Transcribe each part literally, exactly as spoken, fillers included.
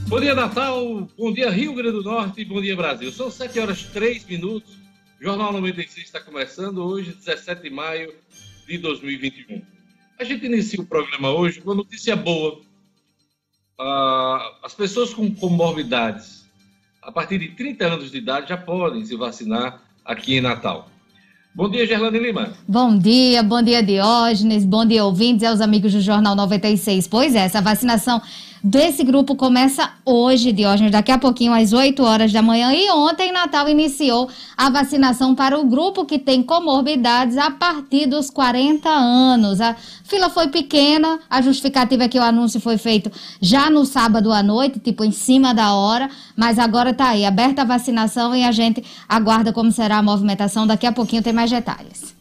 Bom dia, Natal. Bom dia, Rio Grande do Norte. Bom dia, Brasil. São sete horas e três minutos. O Jornal noventa e seis está começando hoje, dezessete de maio de dois mil e vinte e um. A gente inicia o programa hoje com uma notícia boa. Ah, as pessoas com comorbidades a partir de trinta anos de idade já podem se vacinar aqui em Natal. Bom dia, Gerlane Lima. Bom dia, bom dia, Diógenes, bom dia, ouvintes e aos amigos do Jornal noventa e seis. Pois é, essa vacinação desse grupo começa hoje, Diógenes, daqui a pouquinho, às oito horas da manhã. E ontem, Natal iniciou a vacinação para o grupo que tem comorbidades a partir dos quarenta anos. A fila foi pequena, a justificativa é que o anúncio foi feito já no sábado à noite, tipo em cima da hora, mas agora está aí, aberta a vacinação e a gente aguarda como será a movimentação. Daqui a pouquinho tem mais detalhes.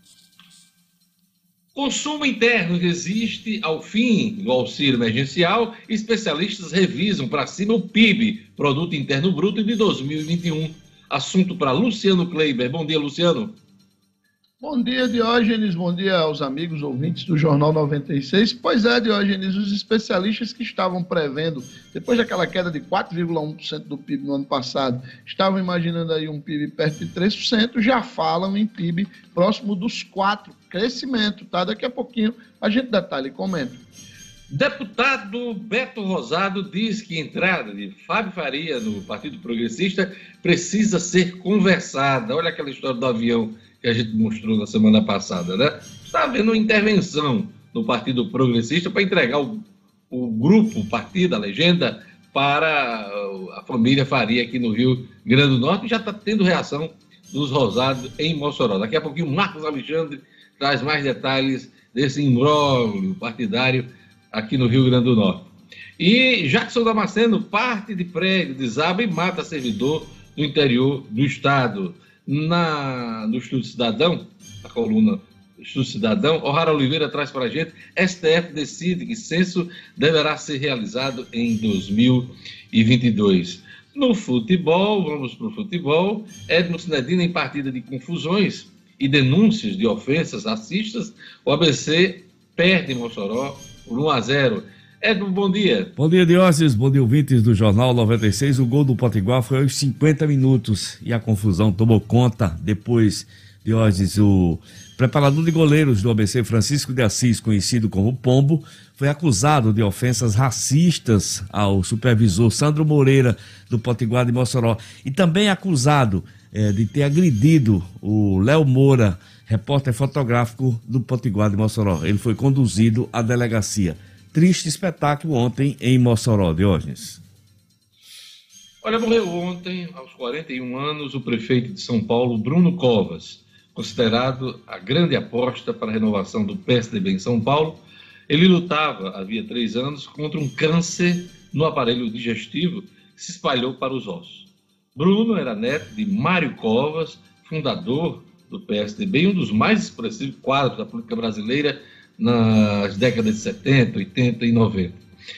Consumo interno resiste ao fim do auxílio emergencial. Especialistas revisam para cima o P I B, Produto Interno Bruto, de dois mil e vinte e um. Assunto para Luciano Kleiber. Bom dia, Luciano. Bom dia, Diógenes. Bom dia aos amigos ouvintes do Jornal noventa e seis. Pois é, Diógenes, os especialistas que estavam prevendo, depois daquela queda de quatro vírgula um por cento do P I B no ano passado, estavam imaginando aí um P I B perto de três por cento, já falam em P I B próximo dos quatro por cento. Crescimento, tá? Daqui a pouquinho a gente detalha e comenta. Deputado Beto Rosado diz que a entrada de Fábio Faria no Partido Progressista precisa ser conversada. Olha aquela história do avião que a gente mostrou na semana passada, né? Está havendo uma intervenção no Partido Progressista para entregar o, o grupo, o partido, a legenda, para a família Faria aqui no Rio Grande do Norte, e já está tendo reação dos Rosados em Mossoró. Daqui a pouquinho, Marcos Alexandre traz mais detalhes desse imbróglio partidário aqui no Rio Grande do Norte. E Jackson Damasceno, parte de prédio, desaba e mata servidor do interior do estado. Na, no Estudo Cidadão, a coluna Estudo Cidadão, O'Hara Oliveira traz para a gente: S T F decide que censo deverá ser realizado em dois mil e vinte e dois. No futebol, vamos para o futebol, Edmo Sinedino em partida de confusões e denúncias de ofensas racistas, o A B C perde em Mossoró por um a zero. Edmo, bom dia. Bom dia, Diógenes, bom dia, ouvintes do Jornal noventa e seis. O gol do Potiguar foi aos cinquenta minutos e a confusão tomou conta. Depois, Diógenes, o preparador de goleiros do A B C, Francisco de Assis, conhecido como Pombo, foi acusado de ofensas racistas ao supervisor Sandro Moreira, do Potiguar de Mossoró, e também acusado é, de ter agredido o Léo Moura, repórter fotográfico do Potiguar de Mossoró. Ele foi conduzido à delegacia. Triste espetáculo ontem em Mossoró, Diógenes. Olha, morreu ontem, aos quarenta e um anos, o prefeito de São Paulo, Bruno Covas, considerado a grande aposta para a renovação do P S D B em São Paulo. Ele lutava, havia três anos, contra um câncer no aparelho digestivo que se espalhou para os ossos. Bruno era neto de Mário Covas, fundador do P S D B e um dos mais expressivos quadros da política brasileira nas décadas de setenta, oitenta e noventa.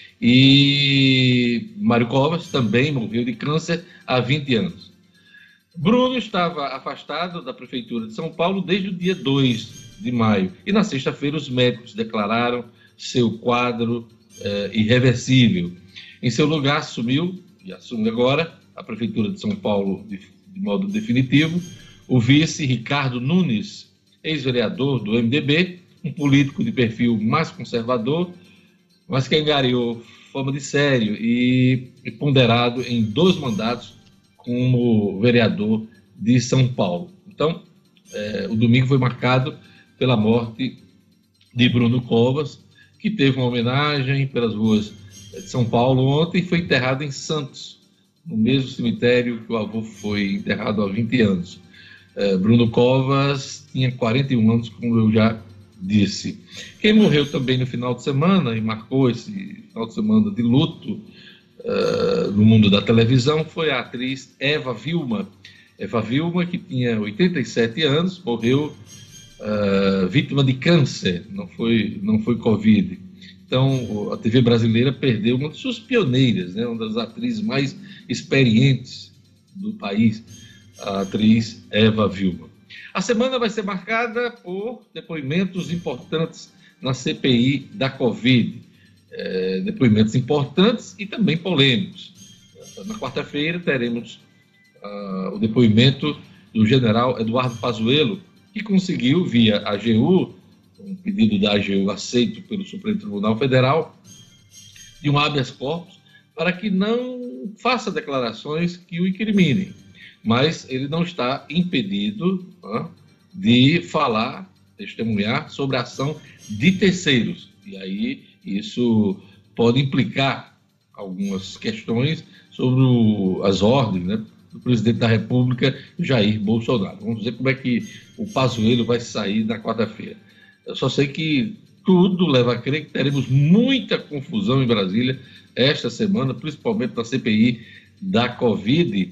E Mário Covas também morreu de câncer há vinte anos. Bruno estava afastado da Prefeitura de São Paulo desde o dia dois de maio. E na sexta-feira os médicos declararam seu quadro eh, irreversível. Em seu lugar assumiu, e assume agora, a Prefeitura de São Paulo de, de modo definitivo, o vice Ricardo Nunes, ex-vereador do M D B, um político de perfil mais conservador, mas que angariou fama de sério e, e ponderado em dois mandatos como vereador de São Paulo. Então, é, o domingo foi marcado pela morte de Bruno Covas, que teve uma homenagem pelas ruas de São Paulo ontem e foi enterrado em Santos, no mesmo cemitério que o avô foi enterrado há vinte anos. É, Bruno Covas tinha quarenta e um anos, como eu já disse. Quem morreu também no final de semana e marcou esse final de semana de luto uh, no mundo da televisão foi a atriz Eva Vilma. Eva Vilma, que tinha oitenta e sete anos, morreu uh, vítima de câncer, não foi, não foi Covid. Então, a T V brasileira perdeu uma de suas pioneiras, né, uma das atrizes mais experientes do país, a atriz Eva Vilma. A semana vai ser marcada por depoimentos importantes na C P I da Covid. É, é, depoimentos importantes e também polêmicos. Na quarta-feira teremos uh, o depoimento do general Eduardo Pazuello, que conseguiu, via A G U, um pedido da A G U aceito pelo Supremo Tribunal Federal, de um habeas corpus, para que não faça declarações que o incriminem. Mas ele não está impedido uh, de falar, testemunhar sobre a ação de terceiros. E aí isso pode implicar algumas questões sobre o, as ordens, né, do presidente da República, Jair Bolsonaro. Vamos ver como é que o Pazuello vai sair na quarta-feira. Eu só sei que tudo leva a crer que teremos muita confusão em Brasília esta semana, principalmente na C P I da Covid,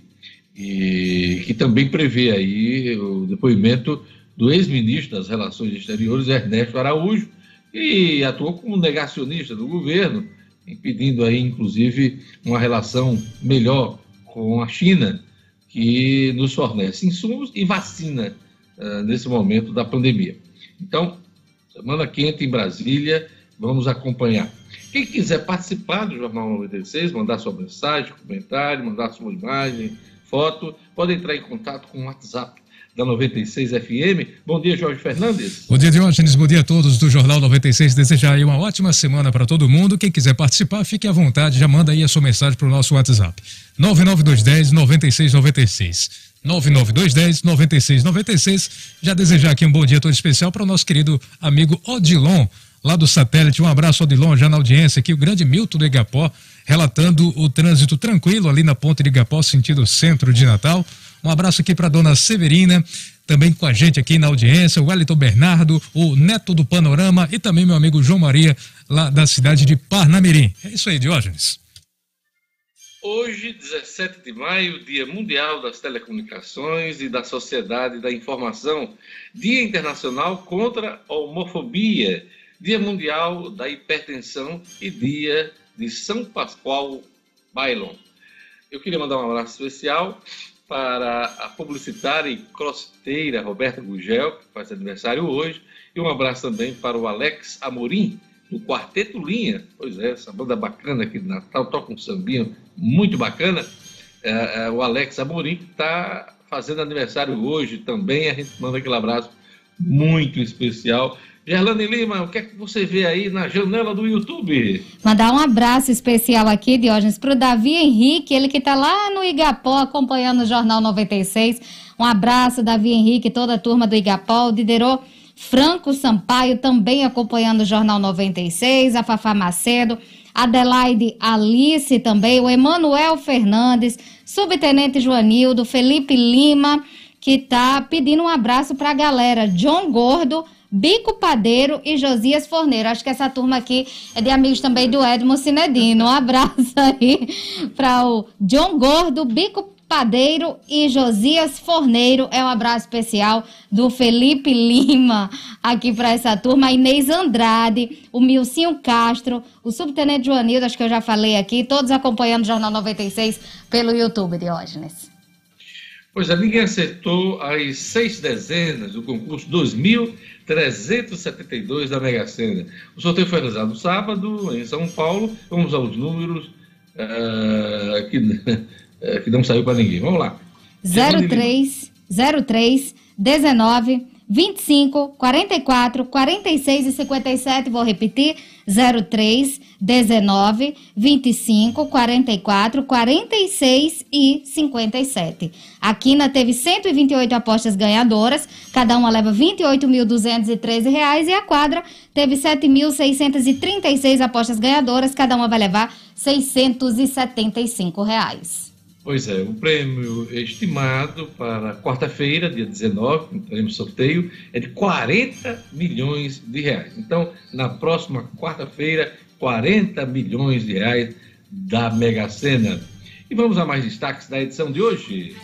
e que também prevê aí o depoimento do ex-ministro das Relações Exteriores, Ernesto Araújo, que atuou como negacionista do governo, impedindo aí, inclusive, uma relação melhor com a China, que nos fornece insumos e vacina uh, nesse momento da pandemia. Então, semana quente em Brasília, vamos acompanhar. Quem quiser participar do Jornal noventa e seis, mandar sua mensagem, comentário, mandar sua imagem, foto, pode entrar em contato com o WhatsApp da noventa e seis F M. Bom dia, Jorge Fernandes. Bom dia, Diógenes. Bom dia a todos do Jornal noventa e seis. Desejar aí uma ótima semana para todo mundo. Quem quiser participar, fique à vontade. Já manda aí a sua mensagem para o nosso WhatsApp. nove nove dois um zero, nove seis nove seis. nove nove dois um zero, nove seis nove seis. Já desejar aqui um bom dia todo especial para o nosso querido amigo Odilon, lá do Satélite. Um abraço, Odilon, já na audiência aqui. O grande Milton do Igapó, relatando o trânsito tranquilo ali na ponte de Igapó, sentido centro de Natal. Um abraço aqui para a dona Severina, também com a gente aqui na audiência, o Wellington Bernardo, o Neto do Panorama e também meu amigo João Maria, lá da cidade de Parnamirim. É isso aí, Diógenes. Hoje, dezessete de maio, Dia Mundial das Telecomunicações e da Sociedade da Informação, Dia Internacional contra a Homofobia, Dia Mundial da Hipertensão e Dia de São Pascoal Bailon. Eu queria mandar um abraço especial para a publicitária e crossfiteira Roberta Gugel, que faz aniversário hoje, e um abraço também para o Alex Amorim, do Quarteto Linha. Pois é, essa banda bacana aqui de Natal, toca um sambinho muito bacana. É, é, o Alex Amorim, que está fazendo aniversário hoje também, a gente manda aquele abraço muito especial. Gerlane Lima, o que é que você vê aí na janela do YouTube? Mandar um abraço especial aqui, Diógenes, para o Davi Henrique, ele que está lá no Igapó acompanhando o Jornal noventa e seis. Um abraço, Davi Henrique, toda a turma do Igapó, o Diderot Franco Sampaio também acompanhando o Jornal noventa e seis, a Fafá Macedo, Adelaide Alice também, o Emanuel Fernandes, Subtenente Joanildo, Felipe Lima, que está pedindo um abraço para a galera, John Gordo, Bico Padeiro e Josias Forneiro. Acho que essa turma aqui é de amigos também do Edmo Cinedino. Um abraço aí para o John Gordo, Bico Padeiro e Josias Forneiro. É um abraço especial do Felipe Lima aqui para essa turma. A Inês Andrade, o Milcinho Castro, o Subtenente Joanildo, acho que eu já falei aqui, todos acompanhando o Jornal noventa e seis pelo YouTube, Diógenes. Pois é, ninguém acertou as seis dezenas do concurso dois mil trezentos e setenta e dois da Mega Sena. O sorteio foi realizado sábado em São Paulo. Vamos aos números uh, que, uh, que não saiu para ninguém. Vamos lá. zero três, zero três, dezenove, vinte e cinco, quarenta e quatro, quarenta e seis e cinquenta e sete. Vou repetir. zero três, dezenove, vinte e cinco, quarenta e quatro, quarenta e seis e cinquenta e sete. A Quina teve cento e vinte e oito apostas ganhadoras, cada uma leva vinte e oito mil duzentos e treze reais, e a Quadra teve sete mil seiscentos e trinta e seis apostas ganhadoras, cada uma vai levar seiscentos e setenta e cinco reais. Pois é, o prêmio estimado para quarta-feira, dia dezenove, no teremos sorteio, é de quarenta milhões de reais. Então, na próxima quarta-feira, quarenta milhões de reais da Mega Sena. E vamos a mais destaques da edição de hoje.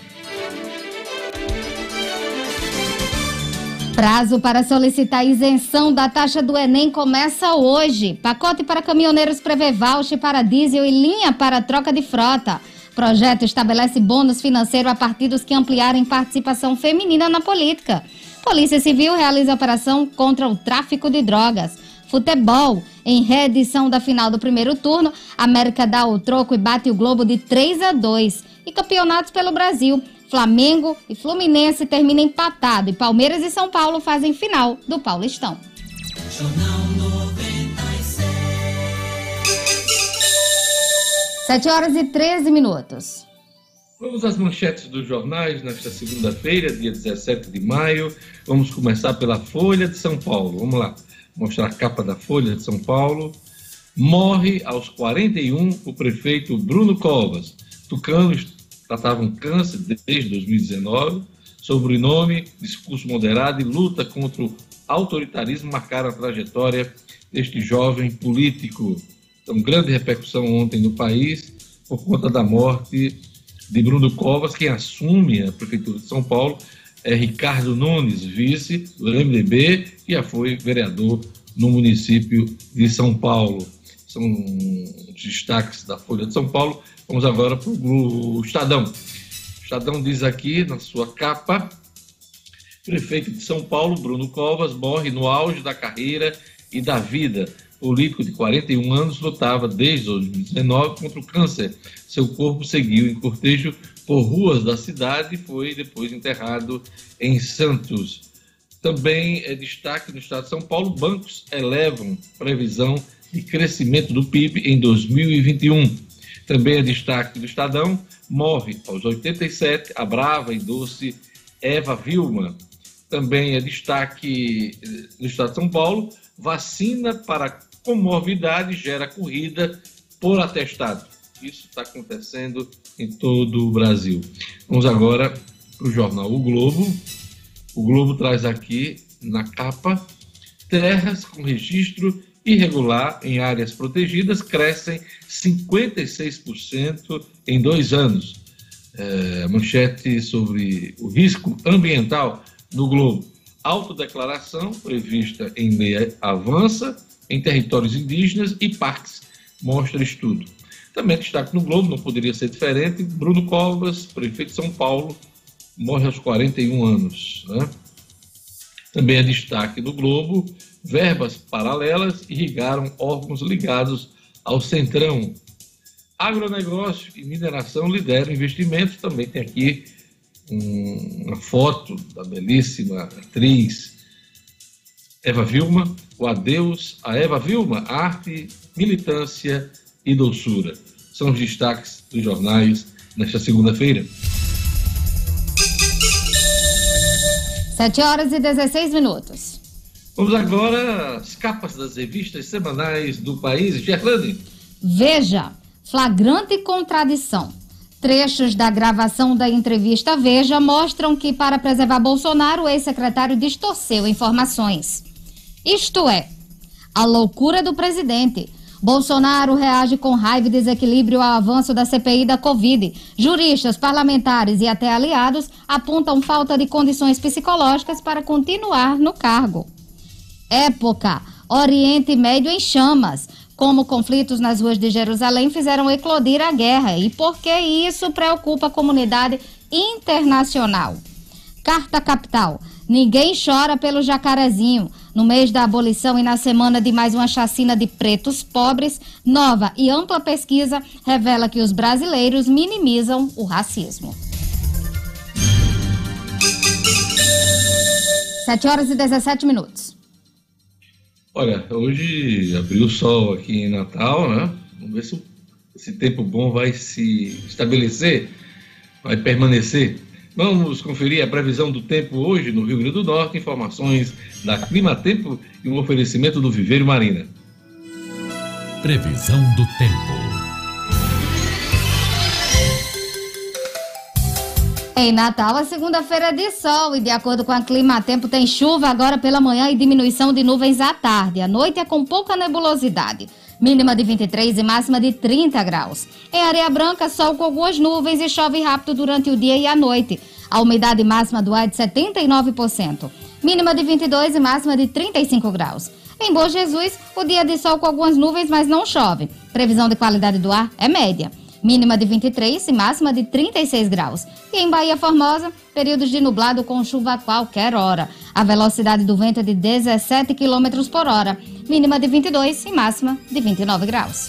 Prazo para solicitar isenção da taxa do Enem começa hoje. Pacote para caminhoneiros prevê voucher para diesel e linha para troca de frota. Projeto estabelece bônus financeiro a partidos que ampliarem participação feminina na política. Polícia Civil realiza operação contra o tráfico de drogas. Futebol. Em reedição da final do primeiro turno, América dá o troco e bate o Globo de três a dois. E campeonatos pelo Brasil, Flamengo e Fluminense terminam empatado e Palmeiras e São Paulo fazem final do Paulistão. Jornal noventa e seis. sete horas e treze minutos. Vamos às manchetes dos jornais nesta segunda-feira, dia dezessete de maio. Vamos começar pela Folha de São Paulo. Vamos lá, mostrar a capa da Folha de São Paulo. Morre aos quarenta e um o prefeito Bruno Covas. Tucanos tratavam câncer desde dois mil e dezenove. Sobrenome, discurso moderado e luta contra o autoritarismo marcaram a trajetória deste jovem político. Então, grande repercussão ontem no país por conta da morte de Bruno Covas. Quem assume a Prefeitura de São Paulo é Ricardo Nunes, vice do M D B, que já foi vereador no município de São Paulo. São os destaques da Folha de São Paulo. Vamos agora para o Estadão. O Estadão diz aqui, na sua capa, prefeito de São Paulo, Bruno Covas, morre no auge da carreira e da vida. O político de quarenta e um anos lutava desde dois mil e dezenove contra o câncer. Seu corpo seguiu em cortejo por ruas da cidade e foi depois enterrado em Santos. Também é destaque no estado de São Paulo, bancos elevam previsão de crescimento do P I B em dois mil e vinte e um. Também é destaque do Estadão, morre aos oitenta e sete a brava e doce Eva Vilma. Também é destaque no estado de São Paulo, vacina para comorbidade gera corrida por atestado. Isso está acontecendo em todo o Brasil. Vamos agora para o jornal O Globo. O Globo traz aqui na capa: terras com registro irregular em áreas protegidas crescem cinquenta e seis por cento em dois anos. É, manchete sobre o risco ambiental no Globo. Autodeclaração prevista em lei avança em territórios indígenas e parques, mostra estudo. Também destaque no Globo, não poderia ser diferente, Bruno Covas, prefeito de São Paulo, morre aos quarenta e um anos. Né? Também é destaque no Globo, verbas paralelas irrigaram órgãos ligados ao Centrão. Agronegócio e mineração lideram investimentos. Também tem aqui um, uma foto da belíssima atriz Eva Vilma, o adeus a Eva Vilma, arte, militância e doçura. São os destaques dos jornais nesta segunda-feira. sete horas e dezesseis minutos. Vamos agora às capas das revistas semanais do país. Gerlane. Veja, flagrante contradição. Trechos da gravação da entrevista Veja mostram que, para preservar Bolsonaro, o ex-secretário distorceu informações. Isto é, a loucura do presidente. Bolsonaro reage com raiva e desequilíbrio ao avanço da C P I da Covid. Juristas, parlamentares e até aliados apontam falta de condições psicológicas para continuar no cargo. Época, Oriente Médio em chamas. Como conflitos nas ruas de Jerusalém fizeram eclodir a guerra e por que isso preocupa a comunidade internacional. Carta Capital. Ninguém chora pelo Jacarezinho. No mês da abolição e na semana de mais uma chacina de pretos pobres, nova e ampla pesquisa revela que os brasileiros minimizam o racismo. sete horas e dezessete minutos. Olha, hoje abriu o sol aqui em Natal, né? Vamos ver se esse tempo bom vai se estabelecer, vai permanecer. Vamos conferir a previsão do tempo hoje no Rio Grande do Norte, informações da Climatempo e um oferecimento do Viveiro Marina. Previsão do tempo. Em Natal, a segunda-feira é de sol e, de acordo com a Climatempo, tem chuva agora pela manhã e diminuição de nuvens à tarde. À noite é com pouca nebulosidade. Mínima de vinte e três e máxima de trinta graus. Em Areia Branca, sol com algumas nuvens e chove rápido durante o dia e a noite. A umidade máxima do ar é de setenta e nove por cento. Mínima de vinte e dois e máxima de trinta e cinco graus. Em Bom Jesus, o dia de sol com algumas nuvens, mas não chove. Previsão de qualidade do ar é média. Mínima de vinte e três e máxima de trinta e seis graus. E em Bahia Formosa, períodos de nublado com chuva a qualquer hora. A velocidade do vento é de dezessete quilômetros por hora. mínima de vinte e dois e máxima de vinte e nove graus.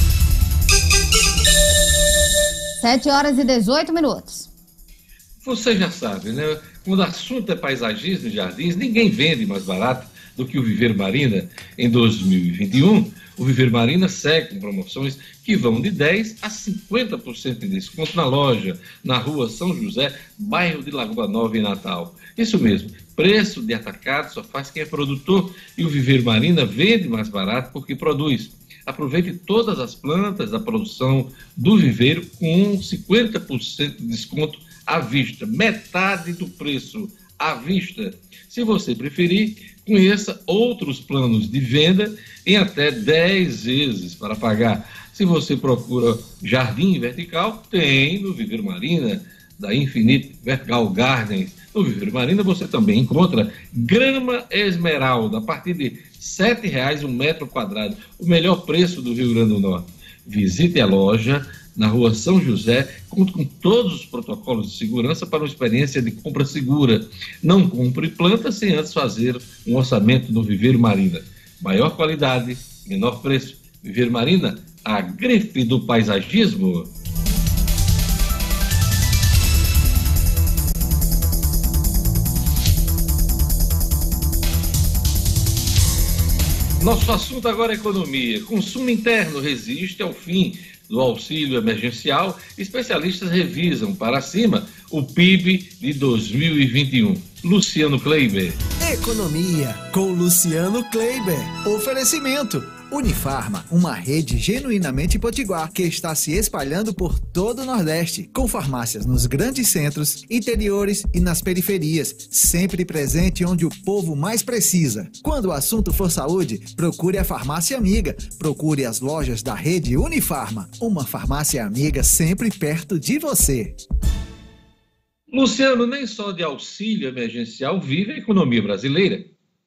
sete horas e dezoito minutos. Você já sabe, né? Quando o assunto é paisagismo e jardins, ninguém vende mais barato do que o Viveiro Marina. Em dois mil e vinte e um, o Viveiro Marina segue com promoções que vão de dez por cento a cinquenta por cento de desconto na loja, na rua São José, bairro de Lagoa Nova, em Natal. Isso mesmo, preço de atacado só faz quem é produtor, e o Viveiro Marina vende mais barato porque produz. Aproveite todas as plantas da produção do viveiro com cinquenta por cento de desconto à vista, metade do preço à vista. Se você preferir, conheça outros planos de venda em até dez vezes para pagar. Se você procura jardim vertical, tem no Viveiro Marina, da Infinite Vertical Gardens. No Viveiro Marina você também encontra grama esmeralda a partir de sete reais um metro quadrado, o melhor preço do Rio Grande do Norte. Visite a loja na rua São José, conta com todos os protocolos de segurança para uma experiência de compra segura. Não compre planta sem antes fazer um orçamento no Viveiro Marina. Maior qualidade, menor preço. Viveiro Marina, a grife do paisagismo. Nosso assunto agora é economia. Consumo interno resiste ao fim do auxílio emergencial. Especialistas revisam para cima o P I B de dois mil e vinte e um. Luciano Kleiber. Economia com Luciano Kleiber. Oferecimento. Unifarma, uma rede genuinamente potiguar que está se espalhando por todo o Nordeste, com farmácias nos grandes centros, interiores e nas periferias, sempre presente onde o povo mais precisa. Quando o assunto for saúde, procure a farmácia amiga, procure as lojas da rede Unifarma, uma farmácia amiga sempre perto de você. Luciano, nem só de auxílio emergencial vive a economia brasileira.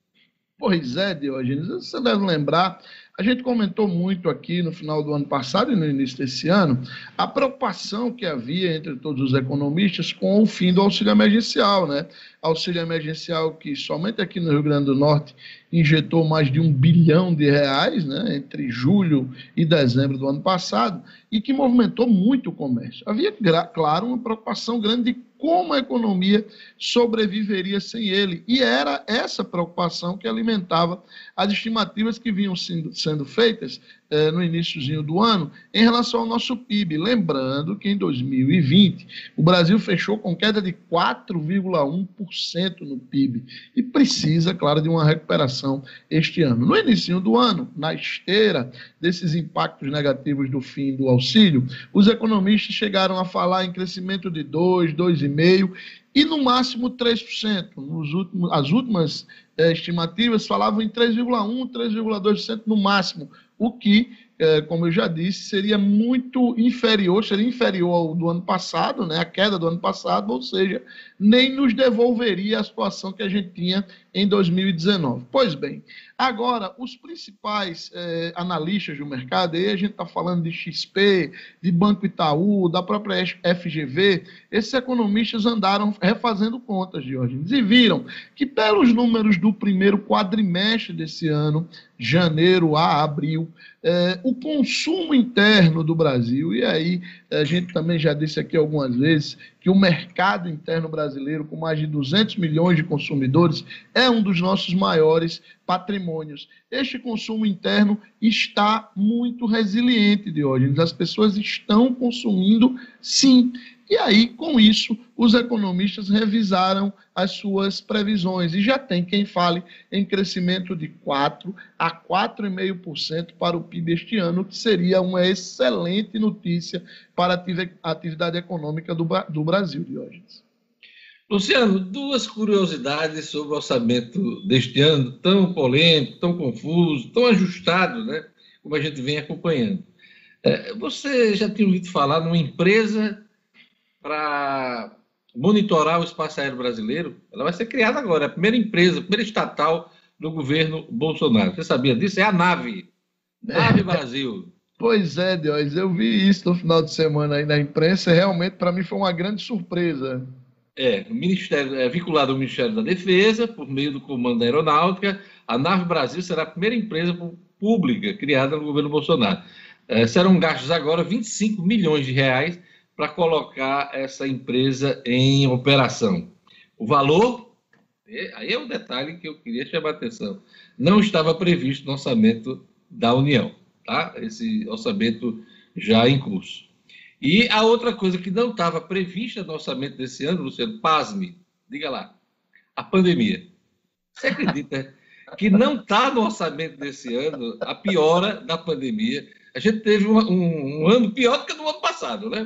Pois é, Diógenes, você deve lembrar, a gente comentou muito aqui no final do ano passado e no início desse ano, a preocupação que havia entre todos os economistas com o fim do auxílio emergencial, né? Auxílio emergencial que somente aqui no Rio Grande do Norte injetou mais de um bilhão de reais, né, entre julho e dezembro do ano passado, e que movimentou muito o comércio. Havia, claro, uma preocupação grande de como a economia sobreviveria sem ele, e era essa preocupação que alimentava as estimativas que vinham sendo, sendo feitas eh, no iniciozinho do ano em relação ao nosso P I B. Lembrando que em dois mil e vinte o Brasil fechou com queda de quatro vírgula um por cento no P I B e precisa, claro, de uma recuperação este ano. No início do ano, na esteira desses impactos negativos do fim do auxílio, os economistas chegaram a falar em crescimento de dois por cento, dois vírgula cinco por cento e no máximo três por cento. Nos últimos, as últimas eh, estimativas falavam em três vírgula um por cento, três vírgula dois por cento no máximo, o que, eh, como eu já disse, seria muito inferior, seria inferior ao do ano passado, né, a queda do ano passado, ou seja, nem nos devolveria a situação que a gente tinha em dois mil e dezenove. Pois bem, agora, os principais eh, analistas do mercado, aí a gente está falando de X P, de Banco Itaú, da própria F G V, esses economistas andaram refazendo contas, Diógenes, e viram que pelos números do primeiro quadrimestre desse ano, janeiro a abril, eh, o consumo interno do Brasil, e aí a gente também já disse aqui algumas vezes que o mercado interno brasileiro, com mais de duzentos milhões de consumidores, é um dos nossos maiores patrimônios. Este consumo interno está muito resiliente, Diógenes. As pessoas estão consumindo, sim. E aí, com isso, os economistas revisaram as suas previsões. E já tem quem fale em crescimento de quatro a quatro vírgula cinco por cento para o P I B este ano, que seria uma excelente notícia para a atividade econômica do, do Brasil, Diógenes. Luciano, duas curiosidades sobre o orçamento deste ano, tão polêmico, tão confuso, tão ajustado, né? Como a gente vem acompanhando. É, você já tinha ouvido falar numa empresa para monitorar o espaço aéreo brasileiro? Ela vai ser criada agora, é a primeira empresa, a primeira estatal do governo Bolsonaro. Você sabia disso? É a NAVE, NAVE Brasil. Pois é, Deus, eu vi isso no final de semana aí na imprensa, e realmente para mim foi uma grande surpresa. É, o Ministério, é vinculado ao Ministério da Defesa, por meio do Comando da Aeronáutica, A Nave Brasil será a primeira empresa pública criada no governo Bolsonaro. É, serão gastos agora vinte e cinco milhões de reais para colocar essa empresa em operação. O valor, aí é um detalhe que eu queria chamar a atenção, não estava previsto no orçamento da União, tá? Esse orçamento já em curso. E a outra coisa que não estava prevista no orçamento desse ano, Luciano, pasme, diga lá, a pandemia. Você acredita que não está no orçamento desse ano a piora da pandemia? A gente teve um, um, um ano pior do que no ano passado, né?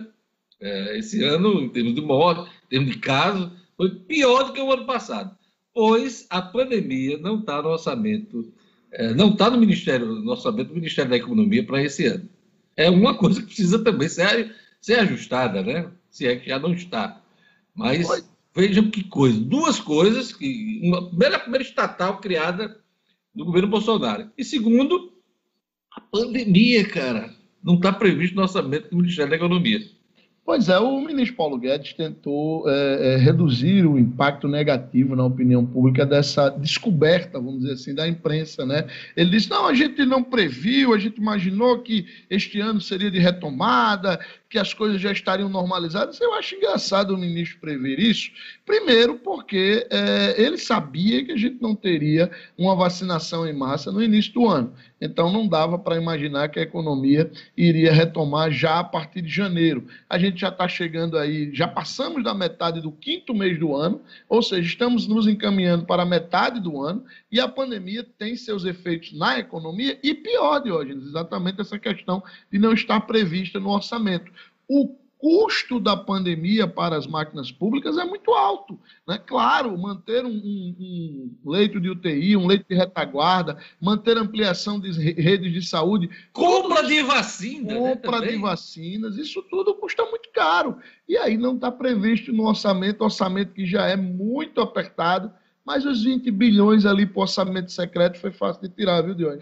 É, esse ano, em termos de morte, em termos de casos, foi pior do que o ano passado, pois a pandemia não está no orçamento, é, não está no Ministério, no orçamento do Ministério da Economia para esse ano. É uma coisa que precisa também ser, ser ajustada, né? Se é que já não está. Mas vejam que coisa, duas coisas, que uma, primeiro, a primeira estatal criada no governo Bolsonaro, e segundo, a pandemia, cara, não está previsto no orçamento do Ministério da Economia. Pois é, o ministro Paulo Guedes tentou é, é, reduzir o impacto negativo na opinião pública dessa descoberta, vamos dizer assim, da imprensa, né? Ele disse, não, a gente não previu, a gente imaginou que este ano seria de retomada, que as coisas já estariam normalizadas. Eu acho engraçado o ministro prever isso, primeiro porque é, ele sabia que a gente não teria uma vacinação em massa no início do ano, então não dava para imaginar que a economia iria retomar já a partir de janeiro. A gente já está chegando aí, já passamos da metade do quinto mês do ano, ou seja, estamos nos encaminhando para a metade do ano, e a pandemia tem seus efeitos na economia, e pior, Diógenes, exatamente essa questão de não estar prevista no orçamento. O custo da pandemia para as máquinas públicas é muito alto, né? Claro, manter um, um, um leito de U T I, um leito de retaguarda, manter ampliação de redes de saúde, compra de vacina, compra né, de vacinas, isso tudo custa muito caro. E aí não está previsto no orçamento, orçamento que já é muito apertado, mas os vinte bilhões ali para o orçamento secreto foi fácil de tirar, viu, Diógenes?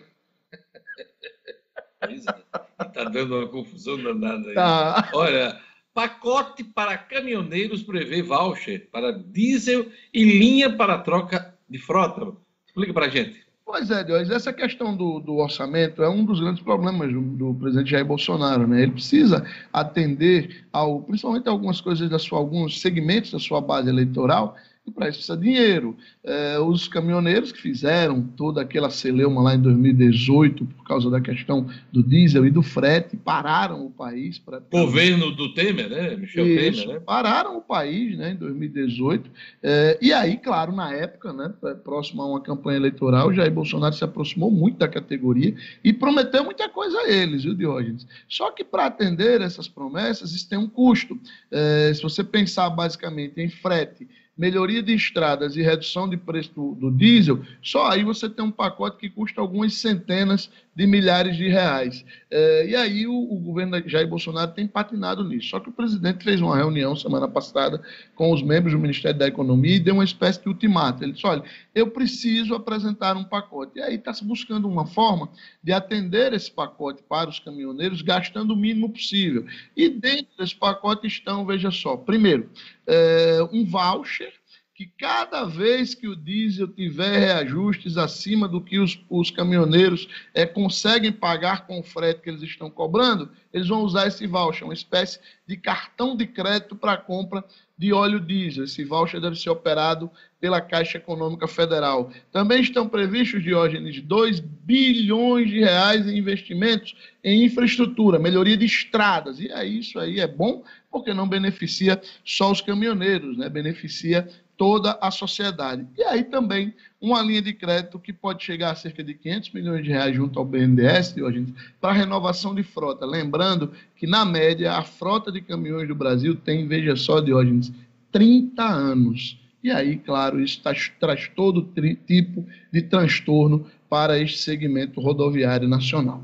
Está dando uma confusão danada aí. Tá. Olha, pacote para caminhoneiros prevê voucher para diesel e linha para troca de frota. Explica para a gente. Pois é, Diógenes, essa questão do, do orçamento é um dos grandes problemas do, do presidente Jair Bolsonaro, né? Ele precisa atender, ao, principalmente a algumas coisas, da sua, alguns segmentos da sua base eleitoral, e para isso precisa de dinheiro. É, os caminhoneiros que fizeram toda aquela celeuma lá em dois mil e dezoito, por causa da questão do diesel e do frete, pararam o país. Pra... Governo do Temer, né? Michel isso, Temer, né? Pararam o país, né, em dois mil e dezoito. É, e aí, claro, na época, né, próximo a uma campanha eleitoral, Jair Bolsonaro se aproximou muito da categoria e prometeu muita coisa a eles, viu, Diógenes? Só que para atender essas promessas, isso tem um custo. É, se você pensar basicamente em frete, melhoria de estradas e redução de preço do, do diesel, só aí você tem um pacote que custa algumas centenas de milhares de reais. É, e aí o, o governo Jair Bolsonaro tem patinado nisso. Só que o presidente fez uma reunião semana passada com os membros do Ministério da Economia e deu uma espécie de ultimato. Ele disse, olha, eu preciso apresentar um pacote. E aí está se buscando uma forma de atender esse pacote para os caminhoneiros gastando o mínimo possível. E dentro desse pacote estão, veja só, primeiro, é, um voucher, que cada vez que o diesel tiver reajustes acima do que os, os caminhoneiros é, conseguem pagar com o frete que eles estão cobrando, eles vão usar esse voucher, uma espécie de cartão de crédito para a compra de óleo diesel. Esse voucher deve ser operado pela Caixa Econômica Federal. Também estão previstos, Diógenes, dois bilhões de reais em investimentos em infraestrutura, melhoria de estradas. E aí, isso aí é bom, porque não beneficia só os caminhoneiros, né? Beneficia toda a sociedade. E aí também uma linha de crédito que pode chegar a cerca de quinhentos milhões de reais junto ao B N D E S, Diógenes, para renovação de frota. Lembrando que, na média, a frota de caminhões do Brasil tem, veja só, Diógenes, trinta anos. E aí, claro, isso traz, traz todo tri, tipo de transtorno para este segmento rodoviário nacional.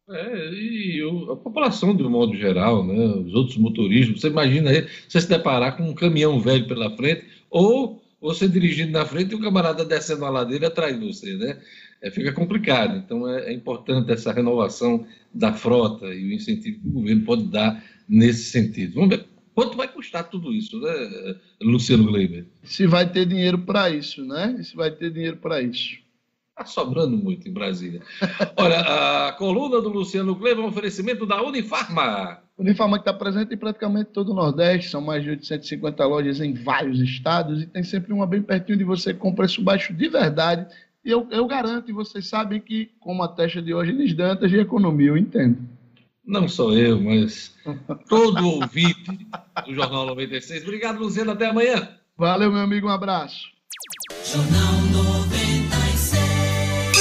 É, e a população, de um modo geral, né, os outros motoristas, você imagina aí, você se deparar com um caminhão velho pela frente, ou você dirigindo na frente e o camarada descendo a ladeira atrás de você, né? É, fica complicado. Então é, é importante essa renovação da frota e o incentivo que o governo pode dar nesse sentido. Vamos ver quanto vai custar tudo isso, né, Luciano Gleiber? Se vai ter dinheiro para isso, né? Se vai ter dinheiro para isso. Está sobrando muito em Brasília. Olha, a coluna do Luciano Kleber é um oferecimento da Unifarma. Unifarma que está presente em praticamente todo o Nordeste, são mais de oitocentas e cinquenta lojas em vários estados e tem sempre uma bem pertinho de você com preço baixo de verdade. E eu, eu garanto, e vocês sabem que, como a taxa de Diógenes Dantas, de economia, eu entendo. Não sou eu, mas todo ouvinte do Jornal noventa e seis. Obrigado, Luciano. Até amanhã. Valeu, meu amigo. Um abraço. Jornal noventa e seis.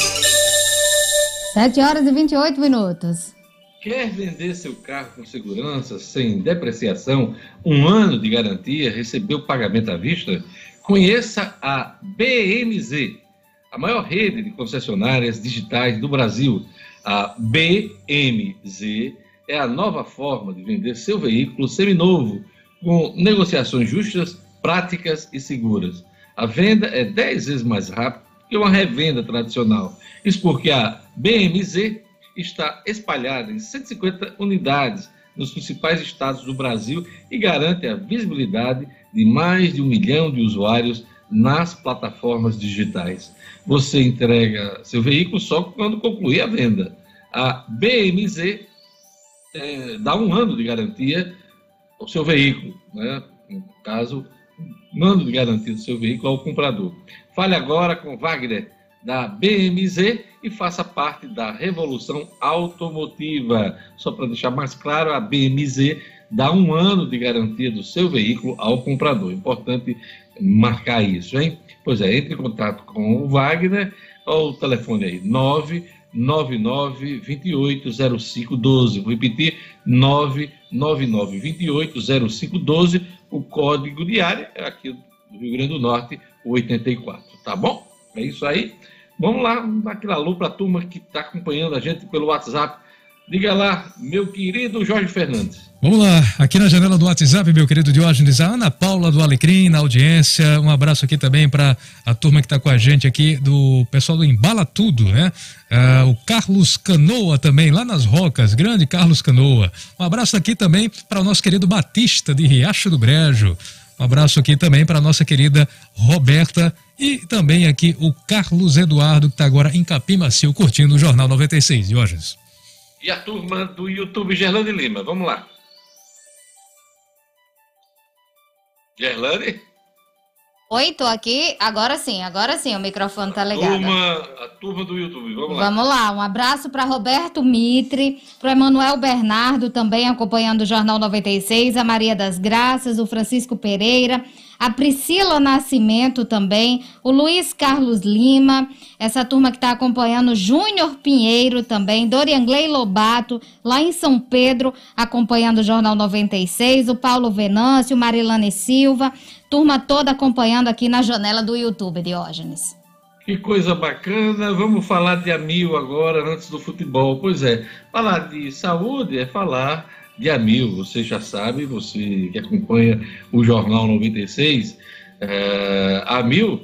sete horas e vinte e oito minutos. Quer vender seu carro com segurança, sem depreciação, um ano de garantia, receber o pagamento à vista? Conheça a B M Z, a maior rede de concessionárias digitais do Brasil. A B M Z é a nova forma de vender seu veículo seminovo, com negociações justas, práticas e seguras. A venda é dez vezes mais rápida que uma revenda tradicional. Isso porque a B M Z está espalhada em cento e cinquenta unidades nos principais estados do Brasil e garante a visibilidade de mais de um milhão de usuários nas plataformas digitais. Você entrega seu veículo só quando concluir a venda. A B M Z é, dá um ano de garantia ao seu veículo, né? No caso, um ano de garantia do seu veículo ao comprador. Fale agora com Wagner, da B M Z, e faça parte da revolução automotiva. Só para deixar mais claro, a B M Z dá um ano de garantia do seu veículo ao comprador. Importante marcar isso, hein? Pois é, entre em contato com o Wagner, ou o telefone aí, nove nove nove, dois oito zero cinco um dois. Vou repetir, nove nove nove, dois oito zero cinco um dois. O código de área é aqui do Rio Grande do Norte, o oitenta e quatro, tá bom? É isso aí. Vamos lá, vamos dar aquele alô para a turma que está acompanhando a gente pelo WhatsApp. Diga lá, meu querido Jorge Fernandes. Vamos lá, aqui na janela do WhatsApp, meu querido Diógenes, a Ana Paula do Alecrim, na audiência. Um abraço aqui também para a turma que está com a gente aqui, do pessoal do Embala Tudo, né? Ah, o Carlos Canoa também, lá nas Rocas, grande Carlos Canoa. Um abraço aqui também para o nosso querido Batista de Riacho do Brejo. Um abraço aqui também para a nossa querida Roberta e também aqui o Carlos Eduardo, que está agora em Capim Macio, curtindo o Jornal noventa e seis, Diógenes. E a turma do YouTube, Gerlane Lima, vamos lá. Gerlane? Oi, tô aqui. Agora sim, agora sim, o microfone tá ligado. Turma, a turma do YouTube, vamos lá. Vamos lá, um abraço para Roberto Mitre, para Emanuel Bernardo também acompanhando o Jornal noventa e seis, a Maria das Graças, o Francisco Pereira, a Priscila Nascimento também, o Luiz Carlos Lima, essa turma que está acompanhando, Júnior Pinheiro também, Doriangley Lobato, lá em São Pedro, acompanhando o Jornal noventa e seis, o Paulo Venâncio, Marilane Silva, turma toda acompanhando aqui na janela do YouTube, Diógenes. Que coisa bacana, vamos falar de Amil agora, antes do futebol. Pois é, falar de saúde é falar de Amil, você já sabe, você que acompanha o Jornal noventa e seis, é, a Amil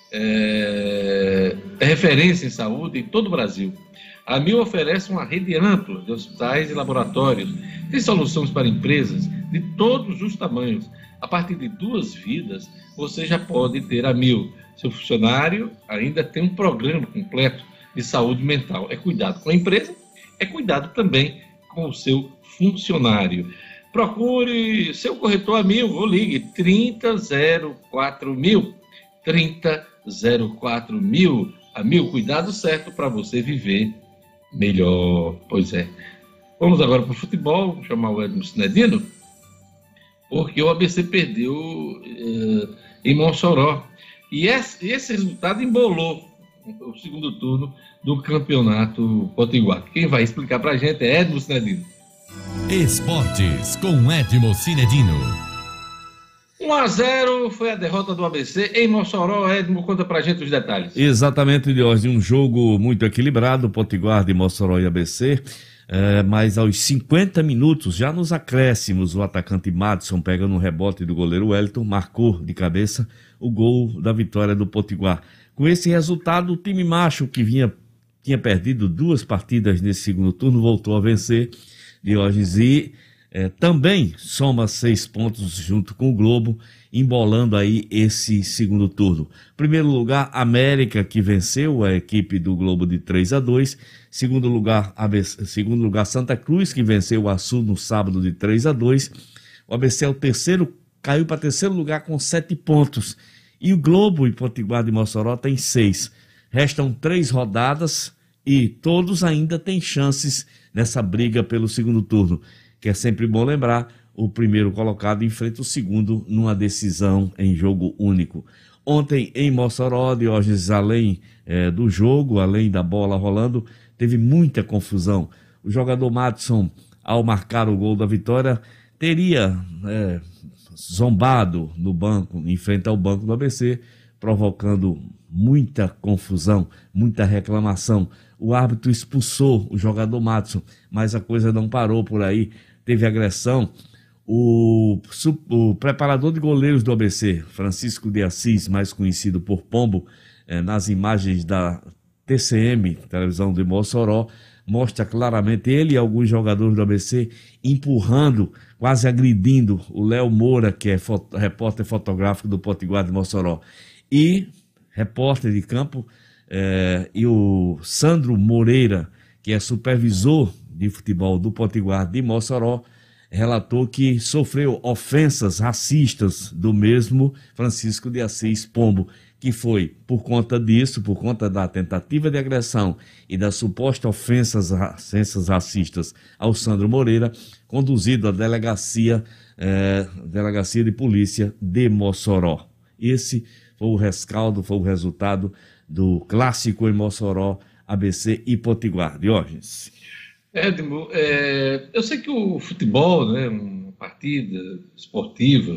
é, é referência em saúde em todo o Brasil. A Amil oferece uma rede ampla de hospitais e laboratórios, tem soluções para empresas de todos os tamanhos. A partir de duas vidas, você já pode ter a Amil. Seu funcionário ainda tem um programa completo de saúde mental. É cuidado com a empresa, é cuidado também com o seu funcionário. Procure seu corretor Amil ou ligue trinta zero quatro mil. trinta zero quatro mil. Amil, cuidado certo para você viver melhor. Pois é. Vamos agora para o futebol, vou chamar o Edmo Sinedino, porque o A B C perdeu eh, em Mossoró. E esse, esse resultado embolou o segundo turno do Campeonato Potiguar. Quem vai explicar para a gente é Edmo Sinedino. Esportes com Edmo Sinedino. um a zero foi a derrota do A B C em Mossoró. Edmo, conta pra gente os detalhes. Exatamente, Diógenes, um jogo muito equilibrado, Potiguar de Mossoró e A B C, é, mas aos cinquenta minutos, já nos acréscimos, o atacante Madison, pegando um rebote do goleiro Wellington, marcou de cabeça o gol da vitória do Potiguar. Com esse resultado, o time macho, que vinha, tinha perdido duas partidas nesse segundo turno, voltou a vencer, Diógenes, e é, também soma seis pontos junto com o Globo, embolando aí esse segundo turno. Primeiro lugar, América, que venceu a equipe do Globo de três a dois. Segundo lugar, A B C, segundo lugar, Santa Cruz, que venceu o Açu no sábado de três a dois. O A B C é o terceiro, caiu para terceiro lugar com sete pontos. E o Globo e Potiguar de Mossoró tem seis. Restam três rodadas e todos ainda têm chances nessa briga pelo segundo turno, que é sempre bom lembrar, o primeiro colocado enfrenta o segundo numa decisão em jogo único. Ontem em Mossoró, Diógenes, além é, do jogo, além da bola rolando, teve muita confusão. O jogador Madison, ao marcar o gol da vitória, teria é, zombado no banco, em frente ao banco do A B C, provocando muita confusão, muita reclamação. O árbitro expulsou o jogador Madison, mas a coisa não parou por aí. Teve agressão. O, o preparador de goleiros do A B C, Francisco de Assis, mais conhecido por Pombo, eh, nas imagens da T C M, televisão de Mossoró, mostra claramente ele e alguns jogadores do A B C empurrando, quase agredindo o Léo Moura, que é foto, repórter fotográfico do Potiguar de Mossoró, e repórter de campo, eh, e o Sandro Moreira, que é supervisor de futebol do Potiguar de Mossoró, relatou que sofreu ofensas racistas do mesmo Francisco de Assis Pombo, que foi por conta disso, por conta da tentativa de agressão e das supostas ofensas, ofensas racistas ao Sandro Moreira, conduzido à delegacia, eh, delegacia de polícia de Mossoró. Esse foi o rescaldo, foi o resultado do clássico em Mossoró, A B C e Potiguar. Diógenes. Edmo, é, eu sei que o futebol, né, uma partida esportiva,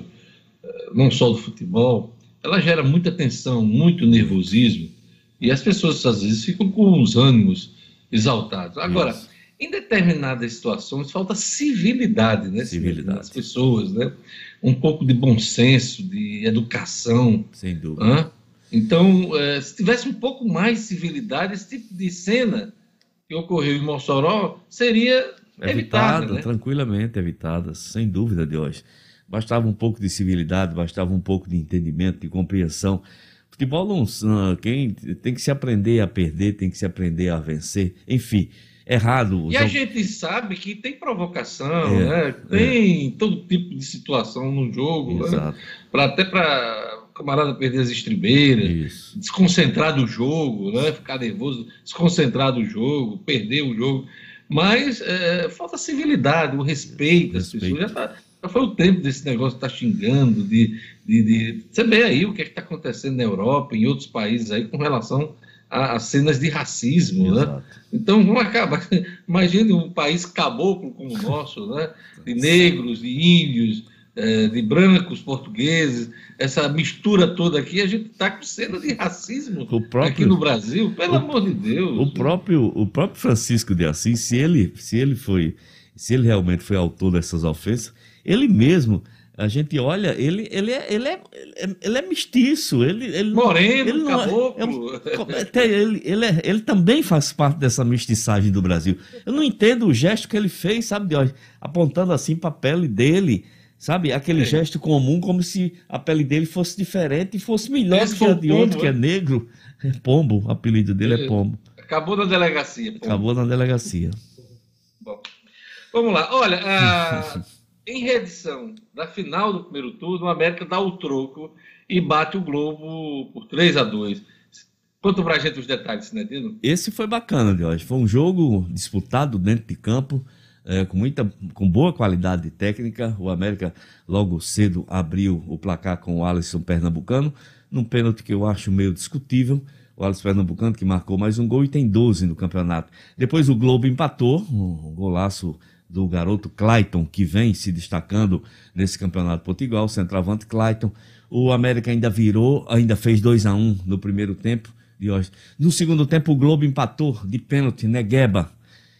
não só do futebol, ela gera muita tensão, muito nervosismo, e as pessoas às vezes ficam com os ânimos exaltados. Agora, Isso. em determinadas situações falta civilidade, né, civilidade das pessoas, né, um pouco de bom senso, de educação. Sem dúvida. Hein? Então, é, se tivesse um pouco mais de civilidade, esse tipo de cena que ocorreu em Mossoró seria evitada, evitada né? tranquilamente evitada, sem dúvida, de hoje. Bastava um pouco de civilidade, bastava um pouco de entendimento, de compreensão. Futebol não, quem tem que se aprender a perder, tem que se aprender a vencer, enfim, errado. E jogo... a gente sabe que tem provocação, é, né? Tem é. todo tipo de situação no jogo, né? pra, até para camarada perder as estribeiras, Isso. desconcentrar do jogo, né? Ficar nervoso, desconcentrar do jogo, perder o jogo. Mas é, falta civilidade, o respeito às pessoas. Já, tá, já foi o tempo desse negócio de estar tá xingando, de, de, de... Você vê aí o que é está acontecendo na Europa, em outros países aí, com relação a, a cenas de racismo, Exato. né? Então, vamos acabar. Imagine um país caboclo como o nosso, né? De negros, de índios, de brancos portugueses, essa mistura toda aqui, a gente está com cena de racismo próprio, aqui no Brasil, pelo o, amor de Deus. O próprio, o próprio Francisco de Assis, se ele, se ele foi, se ele realmente foi autor dessas ofensas, ele mesmo, a gente olha, ele, ele, é, ele, é, ele é mestiço, ele, ele moreno, ele caboclo. É, é, ele, ele, é, ele também faz parte dessa mestiçagem do Brasil. Eu não entendo o gesto que ele fez, sabe, de, apontando assim para a pele dele. Sabe, aquele é. gesto comum, como se a pele dele fosse diferente e fosse melhor Esse do que a de pombo, outro, é? que é negro. É Pombo, o apelido dele é, é Pombo. Acabou na delegacia. Pombo. Acabou na delegacia. Bom, vamos lá. Olha, a... em reedição da final do primeiro turno, o América dá o troco e bate o Globo por três a dois. Conta pra gente os detalhes, Sinedino. Esse foi bacana, de hoje. Foi um jogo disputado dentro de campo. É, com, muita, com boa qualidade técnica. O América logo cedo abriu o placar com o Alisson Pernambucano, num pênalti que eu acho meio discutível. O Alisson Pernambucano que marcou mais um gol e tem doze no campeonato. Depois o Globo empatou, um golaço do garoto Clayton, que vem se destacando nesse campeonato potiguar, o centroavante Clayton. O América ainda virou, ainda fez dois a um no primeiro tempo de hoje. No segundo tempo o Globo empatou de pênalti, Negueba.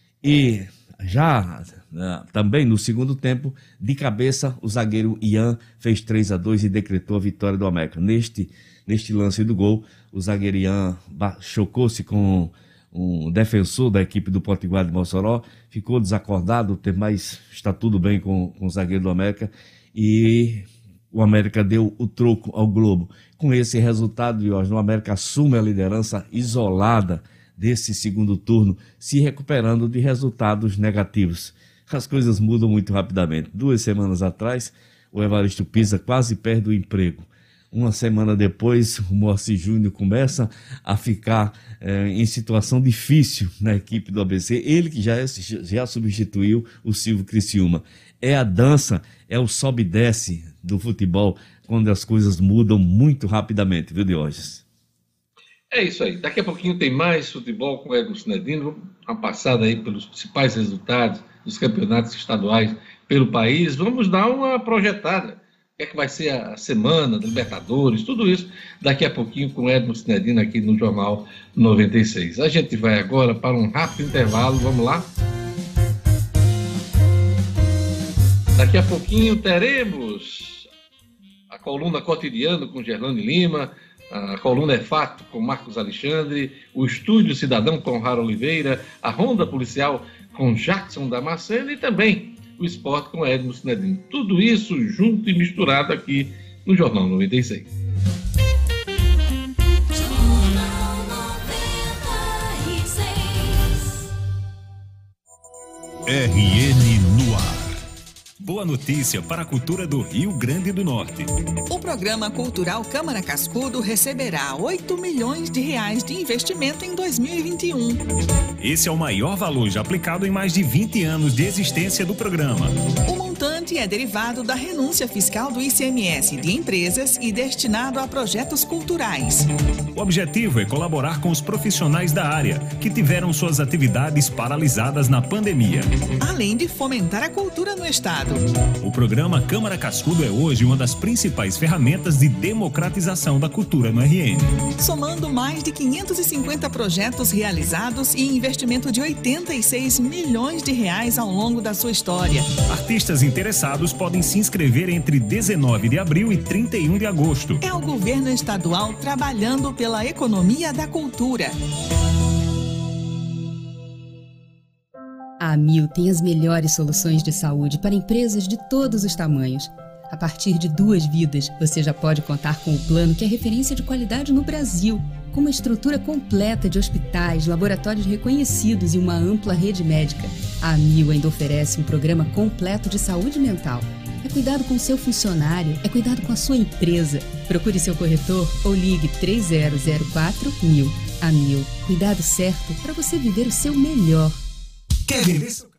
E já uh, também no segundo tempo, de cabeça, o zagueiro Ian fez três a dois e decretou a vitória do América. Neste, neste lance do gol, o zagueiro Ian chocou-se com um defensor da equipe do Potiguar de Mossoró, ficou desacordado, mas está tudo bem com, com o zagueiro do América, e o América deu o troco ao Globo. Com esse resultado, Diógenes, o América assume a liderança isolada desse segundo turno, se recuperando de resultados negativos. As coisas mudam muito rapidamente. Duas semanas atrás, o Evaristo Pisa quase perde o emprego. Uma semana depois, o Moacir Júnior começa a ficar eh, em situação difícil na equipe do A B C. Ele que já, já substituiu o Silvio Criciúma. É a dança, é o sobe e desce do futebol, quando as coisas mudam muito rapidamente, viu, Diógenes? É isso aí. Daqui a pouquinho tem mais futebol com o Edmo Cinedino, uma passada aí pelos principais resultados dos campeonatos estaduais pelo país. Vamos dar uma projetada. O que é que vai ser a semana da Libertadores, tudo isso daqui a pouquinho com o Edmo Cinedino aqui no Jornal noventa e seis. A gente vai agora para um rápido intervalo, vamos lá? Daqui a pouquinho teremos a coluna Cotidiano com Gerlane Lima, a coluna É Fato com Marcos Alexandre, o Estúdio Cidadão com Rara Oliveira, a Ronda Policial com Jackson Damasceno e também o Esporte com Edmo Cinedino. Tudo isso junto e misturado aqui no Jornal noventa e seis. R N no ar. Boa notícia para a cultura do Rio Grande do Norte. O programa cultural Câmara Cascudo receberá oito milhões de reais de investimento em dois mil e vinte e um. Esse é o maior valor já aplicado em mais de vinte anos de existência do programa. O montante é derivado da renúncia fiscal do I C M S de empresas e destinado a projetos culturais. O objetivo é colaborar com os profissionais da área que tiveram suas atividades paralisadas na pandemia, além de fomentar a cultura no estado. O programa Câmara Cascudo é hoje uma das principais ferramentas de democratização da cultura no R N. Somando mais de quinhentos e cinquenta projetos realizados e investimento de oitenta e seis milhões de reais ao longo da sua história. Artistas interessados podem se inscrever entre dezenove de abril e trinta e um de agosto. É o governo estadual trabalhando pela economia da cultura. A Amil tem as melhores soluções de saúde para empresas de todos os tamanhos. A partir de duas vidas, você já pode contar com o plano que é referência de qualidade no Brasil, com uma estrutura completa de hospitais, laboratórios reconhecidos e uma ampla rede médica. A Amil ainda oferece um programa completo de saúde mental. É cuidado com seu funcionário, é cuidado com a sua empresa. Procure seu corretor ou ligue três zero zero quatro mil. Amil, cuidado certo para você viver o seu melhor. Quer vender seu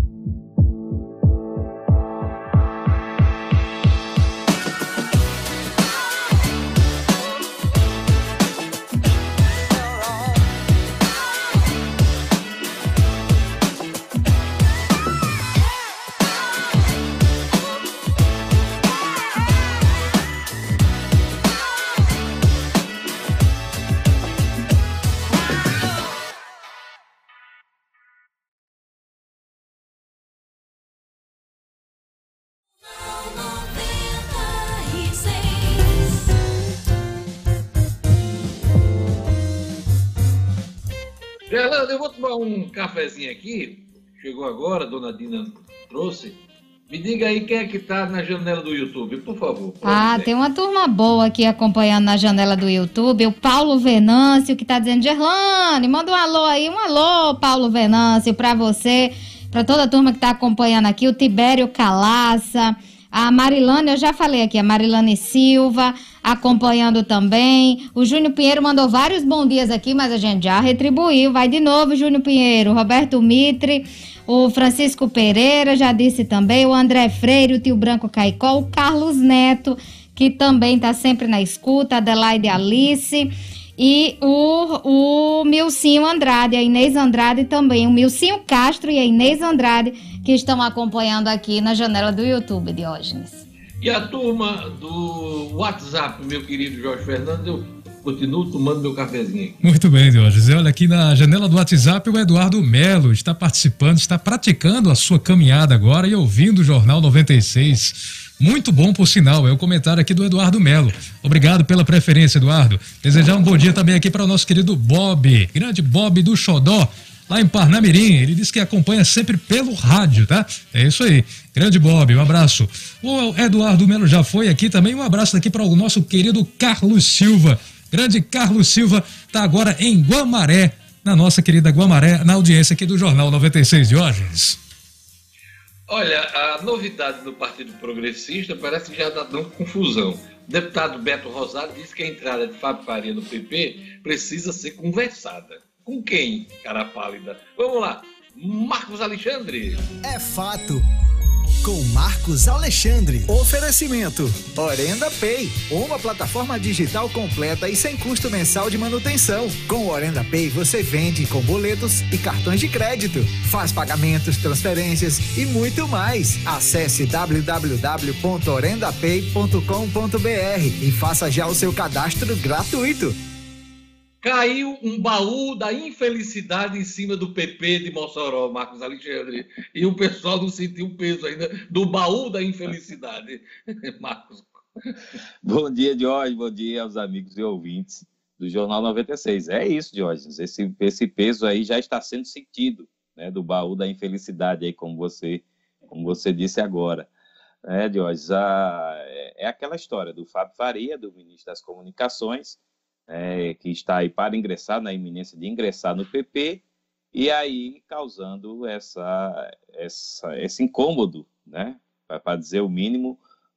Gerlando, eu vou tomar um cafezinho aqui. Chegou agora, a dona Dina trouxe. Me diga aí quem é que tá na janela do YouTube, por favor. Ah, tem uma turma boa aqui acompanhando na janela do YouTube. O Paulo Venâncio, que tá dizendo: Gerlane, manda um alô aí. Um alô, Paulo Venâncio, pra você, pra toda a turma que tá acompanhando aqui. O Tibério Calaça, a Marilane, eu já falei aqui, a Marilane Silva acompanhando também. O Júnior Pinheiro mandou vários bons dias aqui, mas a gente já retribuiu. Vai de novo, Júnior Pinheiro. Roberto Mitre, o Francisco Pereira, já disse também. O André Freire, o Tio Branco Caicó, o Carlos Neto, que também está sempre na escuta, a Adelaide Alice e o, o Milcinho Andrade, a Inês Andrade também. O Milcinho Castro e a Inês Andrade, que estão acompanhando aqui na janela do YouTube, Diógenes. E a turma do WhatsApp, meu querido Jorge Fernando, eu continuo tomando meu cafezinho aqui. Muito bem, Diógenes. Olha, aqui na janela do WhatsApp, o Eduardo Melo está participando, está praticando a sua caminhada agora e ouvindo o Jornal noventa e seis. Muito bom, por sinal, é o comentário aqui do Eduardo Melo. Obrigado pela preferência, Eduardo. Desejar um bom dia também aqui para o nosso querido Bob, grande Bob do Xodó, lá em Parnamirim. Ele disse que acompanha sempre pelo rádio, tá? É isso aí. Grande Bob, um abraço. O Eduardo Melo já foi aqui também. Um abraço aqui para o nosso querido Carlos Silva. Grande Carlos Silva está agora em Guamaré, na nossa querida Guamaré, na audiência aqui do Jornal noventa e seis, Diógenes. Olha, a novidade do Partido Progressista parece que já está dando confusão. O deputado Beto Rosado disse que a entrada de Fábio Faria no P P precisa ser conversada. Com quem, cara pálida? Vamos lá, Marcos Alexandre. É fato. Com Marcos Alexandre. Oferecimento Orenda Pay, uma plataforma digital completa e sem custo mensal de manutenção. Com o Orenda Pay você vende com boletos e cartões de crédito, faz pagamentos, transferências e muito mais. Acesse w w w ponto orenda pay ponto com ponto b r e faça já o seu cadastro gratuito. Caiu um baú da infelicidade em cima do P P de Mossoró, Marcos Alexandre. E o pessoal não sentiu o peso ainda do baú da infelicidade. Marcos. Bom dia, Diógenes. Bom dia aos amigos e ouvintes do Jornal noventa e seis. É isso, Diógenes. Esse, esse peso aí já está sendo sentido, né, do baú da infelicidade, aí, como você, como você disse agora. É, Diógenes, a, é, é aquela história do Fábio Faria, do ministro das Comunicações, É, que está aí para ingressar, na iminência de ingressar no P P, e aí causando essa, essa, esse incômodo, né, para dizer o mínimo,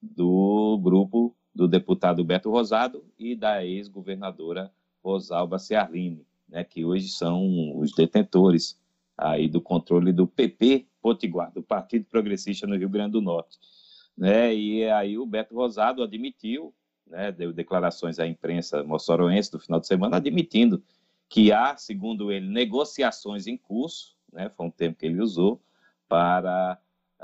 do grupo do deputado Beto Rosado e da ex-governadora Rosalba Ciarline, né, que hoje são os detentores aí do controle do P P Potiguar, do Partido Progressista no Rio Grande do Norte. Né, e aí o Beto Rosado admitiu, né, deu declarações à imprensa moçoroense no final de semana, admitindo que há, segundo ele, negociações em curso, né, foi um termo que ele usou, para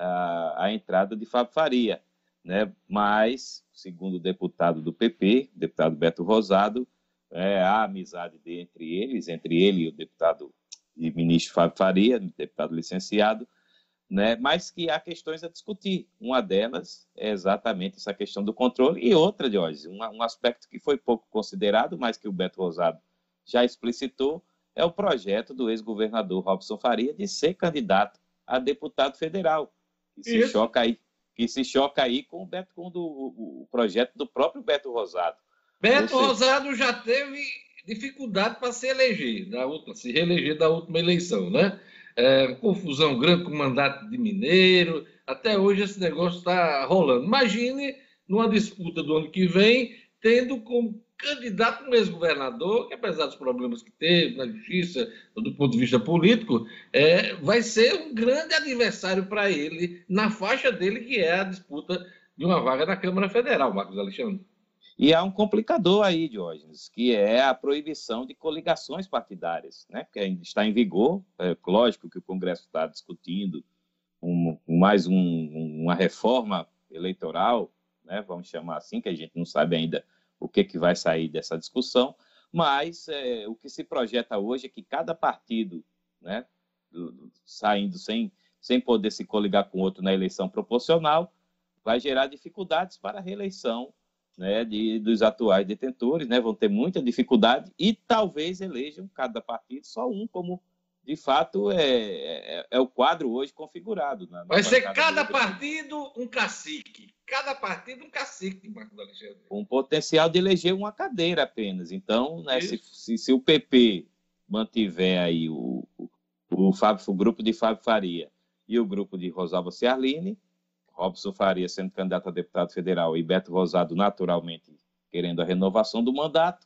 a, a entrada de Fábio Faria. Né, mas, segundo o deputado do P P, o deputado Beto Rosado, é, há amizade de, entre eles, entre ele e o deputado e ministro Fábio Faria, deputado licenciado, né, mas que há questões a discutir. Uma delas é exatamente essa questão do controle, e outra, Diógenes, um, um aspecto que foi pouco considerado, mas que o Beto Rosado já explicitou, é o projeto do ex-governador Robson Faria de ser candidato a deputado federal, que se Isso. choca aí, que se choca aí com, o, Beto, com do, o, o projeto do próprio Beto Rosado. Beto Rosado já teve dificuldade para se eleger, na última, se reeleger da última eleição, né? É, confusão grande com o mandato de Mineiro, até hoje esse negócio está rolando. Imagine, numa disputa do ano que vem, tendo como candidato um ex-governador, que apesar dos problemas que teve na justiça, do ponto de vista político, é, vai ser um grande adversário para ele, na faixa dele, que é a disputa de uma vaga na Câmara Federal, Marcos Alexandre. E há um complicador aí, Diógenes, que é a proibição de coligações partidárias, né? Que ainda está em vigor. É lógico que o Congresso está discutindo um, mais um, uma reforma eleitoral, né? Vamos chamar assim, que a gente não sabe ainda o que, que vai sair dessa discussão, mas é, o que se projeta hoje é que cada partido, né, do, do, saindo sem, sem poder se coligar com outro na eleição proporcional, vai gerar dificuldades para a reeleição, né, de, dos atuais detentores, né, vão ter muita dificuldade e talvez elejam cada partido só um, como de fato é, é, é o quadro hoje configurado. Na, na Vai ser cada partido um cacique, cada partido um cacique, Marcos Alexandre. Com potencial de eleger uma cadeira apenas. Então, né, se, se, se o P P mantiver aí o, o, o, Fábio, o grupo de Fábio Faria e o grupo de Rosalba Ciarline, Robson Faria sendo candidato a deputado federal e Beto Rosado naturalmente querendo a renovação do mandato,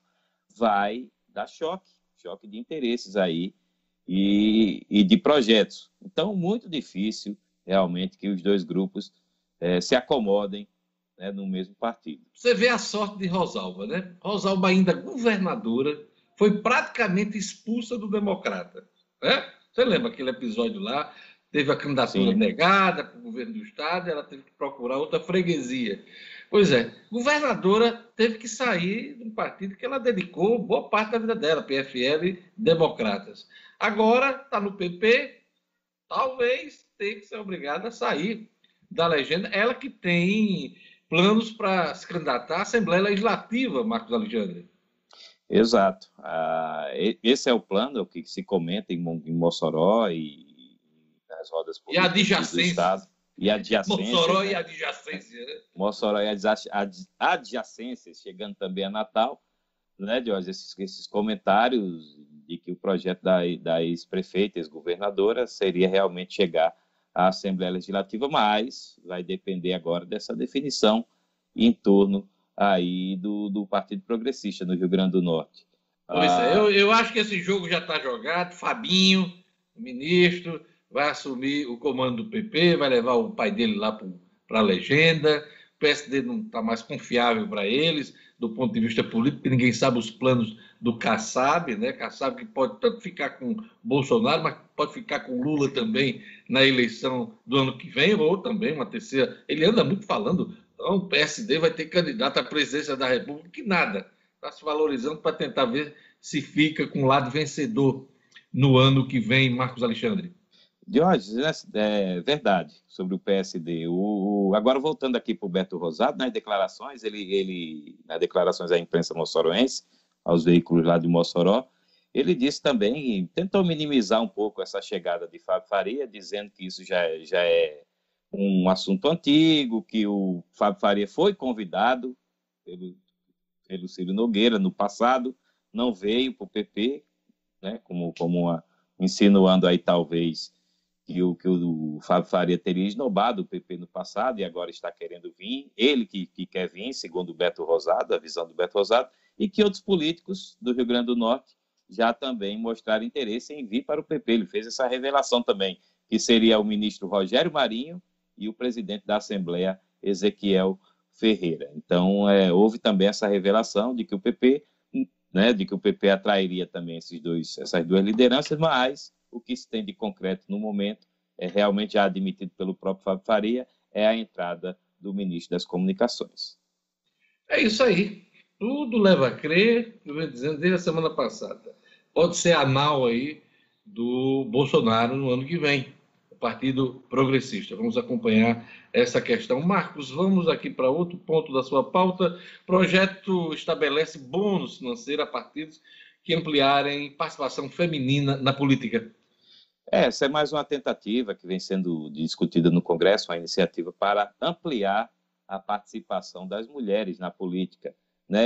vai dar choque, choque de interesses aí e, e de projetos. Então, muito difícil realmente que os dois grupos eh, se acomodem, né, no mesmo partido. Você vê a sorte de Rosalba, né? Rosalba, ainda governadora, foi praticamente expulsa do Democrata, né? Você lembra aquele episódio lá? Teve a candidatura Sim. negada para o governo do estado, ela teve que procurar outra freguesia. Pois é, governadora teve que sair de um partido que ela dedicou boa parte da vida dela, P F L, Democratas. Agora está no P P, talvez tenha que ser obrigada a sair. da legenda, ela que tem planos para se candidatar à Assembleia Legislativa, Marcos Alexandre. Exato. Ah, esse é o plano, o que se comenta em, em Mossoró e nas rodas políticas e adjacência. do Estado. E adjacência. Mossoró né? e adjacência. Né? Mossoró e adjacências, chegando também a Natal, né, Jorge? Esses, esses comentários de que o projeto da, da ex-prefeita, ex-governadora, seria realmente chegar à Assembleia Legislativa, mas vai depender agora dessa definição em torno aí do, do Partido Progressista no Rio Grande do Norte. Pois ah, é, eu, eu acho que esse jogo já está jogado. Fabinho, o ministro, vai assumir o comando do P P, vai levar o pai dele lá para a legenda. O P S D não está mais confiável para eles, do ponto de vista político, ninguém sabe os planos do Kassab, né? Kassab que pode tanto ficar com Bolsonaro, mas pode ficar com Lula também na eleição do ano que vem, ou também uma terceira. Ele anda muito falando, então o P S D vai ter candidato à presidência da República, que nada. Está se valorizando para tentar ver se fica com o lado vencedor no ano que vem, Marcos Alexandre. Jorge, é verdade sobre o P S D. O, o, agora, voltando aqui para o Beto Rosado, nas declarações, ele, ele, nas declarações à imprensa moçoroense, aos veículos lá de Mossoró, ele disse também, tentou minimizar um pouco essa chegada de Fábio Faria, dizendo que isso já, já é um assunto antigo, que o Fábio Faria foi convidado pelo, pelo Ciro Nogueira no passado, não veio para o P P, né, como, como uma, insinuando aí talvez que o, que o Fábio Faria teria esnobado o P P no passado e agora está querendo vir, ele que, que quer vir, segundo o Beto Rosado, a visão do Beto Rosado, e que outros políticos do Rio Grande do Norte já também mostraram interesse em vir para o P P. Ele fez essa revelação também, que seria o ministro Rogério Marinho e o presidente da Assembleia, Ezequiel Ferreira. Então, é, houve também essa revelação de que o P P, né, de que o P P atrairia também esses dois, essas duas lideranças, mas o que se tem de concreto no momento, é realmente já admitido pelo próprio Fábio Faria, é a entrada do ministro das Comunicações. É isso aí. Tudo leva a crer, eu venho dizendo desde a semana passada. Pode ser anal aí do Bolsonaro no ano que vem, o Partido Progressista. Vamos acompanhar essa questão. Marcos, vamos aqui para outro ponto da sua pauta. O projeto estabelece bônus financeiro a partidos que ampliarem participação feminina na política. Essa é mais uma tentativa que vem sendo discutida no Congresso, uma iniciativa para ampliar a participação das mulheres na política. Né?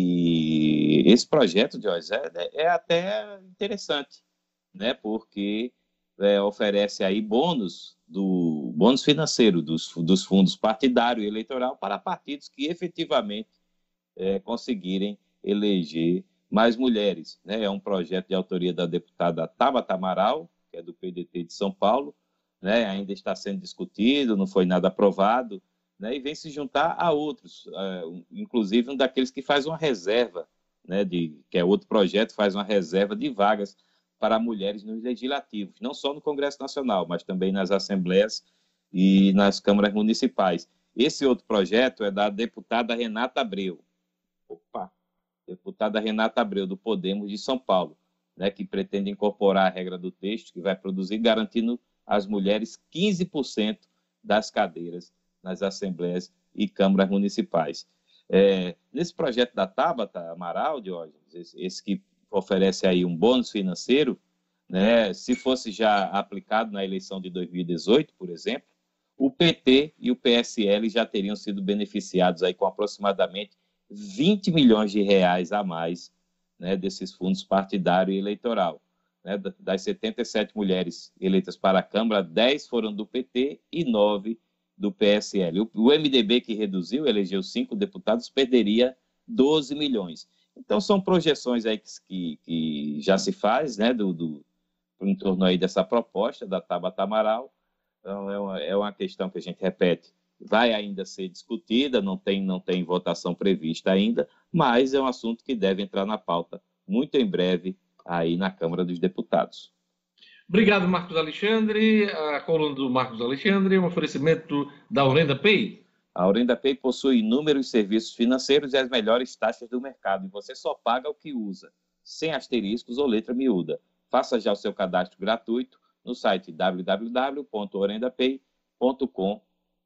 E, e esse projeto, Jorge, é, é até interessante, né? Porque é, oferece aí bônus, do, bônus financeiro dos, dos fundos partidário e eleitoral para partidos que efetivamente é, conseguirem eleger mais mulheres. Né? É um projeto de autoria da deputada Tabata Amaral, que é do P D T de São Paulo, né? Ainda está sendo discutido, não foi nada aprovado, né? E vem se juntar a outros, uh, inclusive um daqueles que faz uma reserva, né? de, que é outro projeto, faz uma reserva de vagas para mulheres nos legislativos, não só no Congresso Nacional, mas também nas assembleias e nas câmaras municipais. Esse outro projeto é da deputada Renata Abreu. Opa! Deputada Renata Abreu, do Podemos de São Paulo, né, que pretende incorporar a regra do texto, que vai produzir, garantindo às mulheres quinze por cento das cadeiras nas assembleias e câmaras municipais. É, nesse projeto da Tabata Amaral, Diógenes, esse, esse que oferece aí um bônus financeiro, né, se fosse já aplicado na eleição de dois mil e dezoito, por exemplo, o P T e o P S L já teriam sido beneficiados aí com aproximadamente vinte milhões de reais a mais, né, desses fundos partidário e eleitoral. Né, das setenta e sete mulheres eleitas para a Câmara, dez foram do P T e nove do P S L. O, o M D B, que reduziu, elegeu cinco deputados, perderia doze milhões. Então, são projeções aí que, que, que já se faz, né, do, do, em torno aí dessa proposta da Tabata Amaral. Então, é uma, é uma questão que a gente repete, vai ainda ser discutida, não tem, não tem votação prevista ainda, mas é um assunto que deve entrar na pauta muito em breve aí na Câmara dos Deputados. Obrigado, Marcos Alexandre. A coluna do Marcos Alexandre é um oferecimento da Orenda Pay. A Orenda Pay possui inúmeros serviços financeiros e as melhores taxas do mercado, e você só paga o que usa, sem asteriscos ou letra miúda. Faça já o seu cadastro gratuito no site w w w ponto orenda pay ponto com ponto br.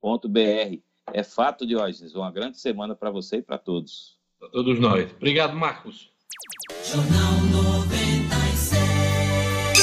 ponto b r. É fato, Diógenes. Uma grande semana para você e para todos. Para todos nós. Obrigado, Marcos. Jornal noventa e seis.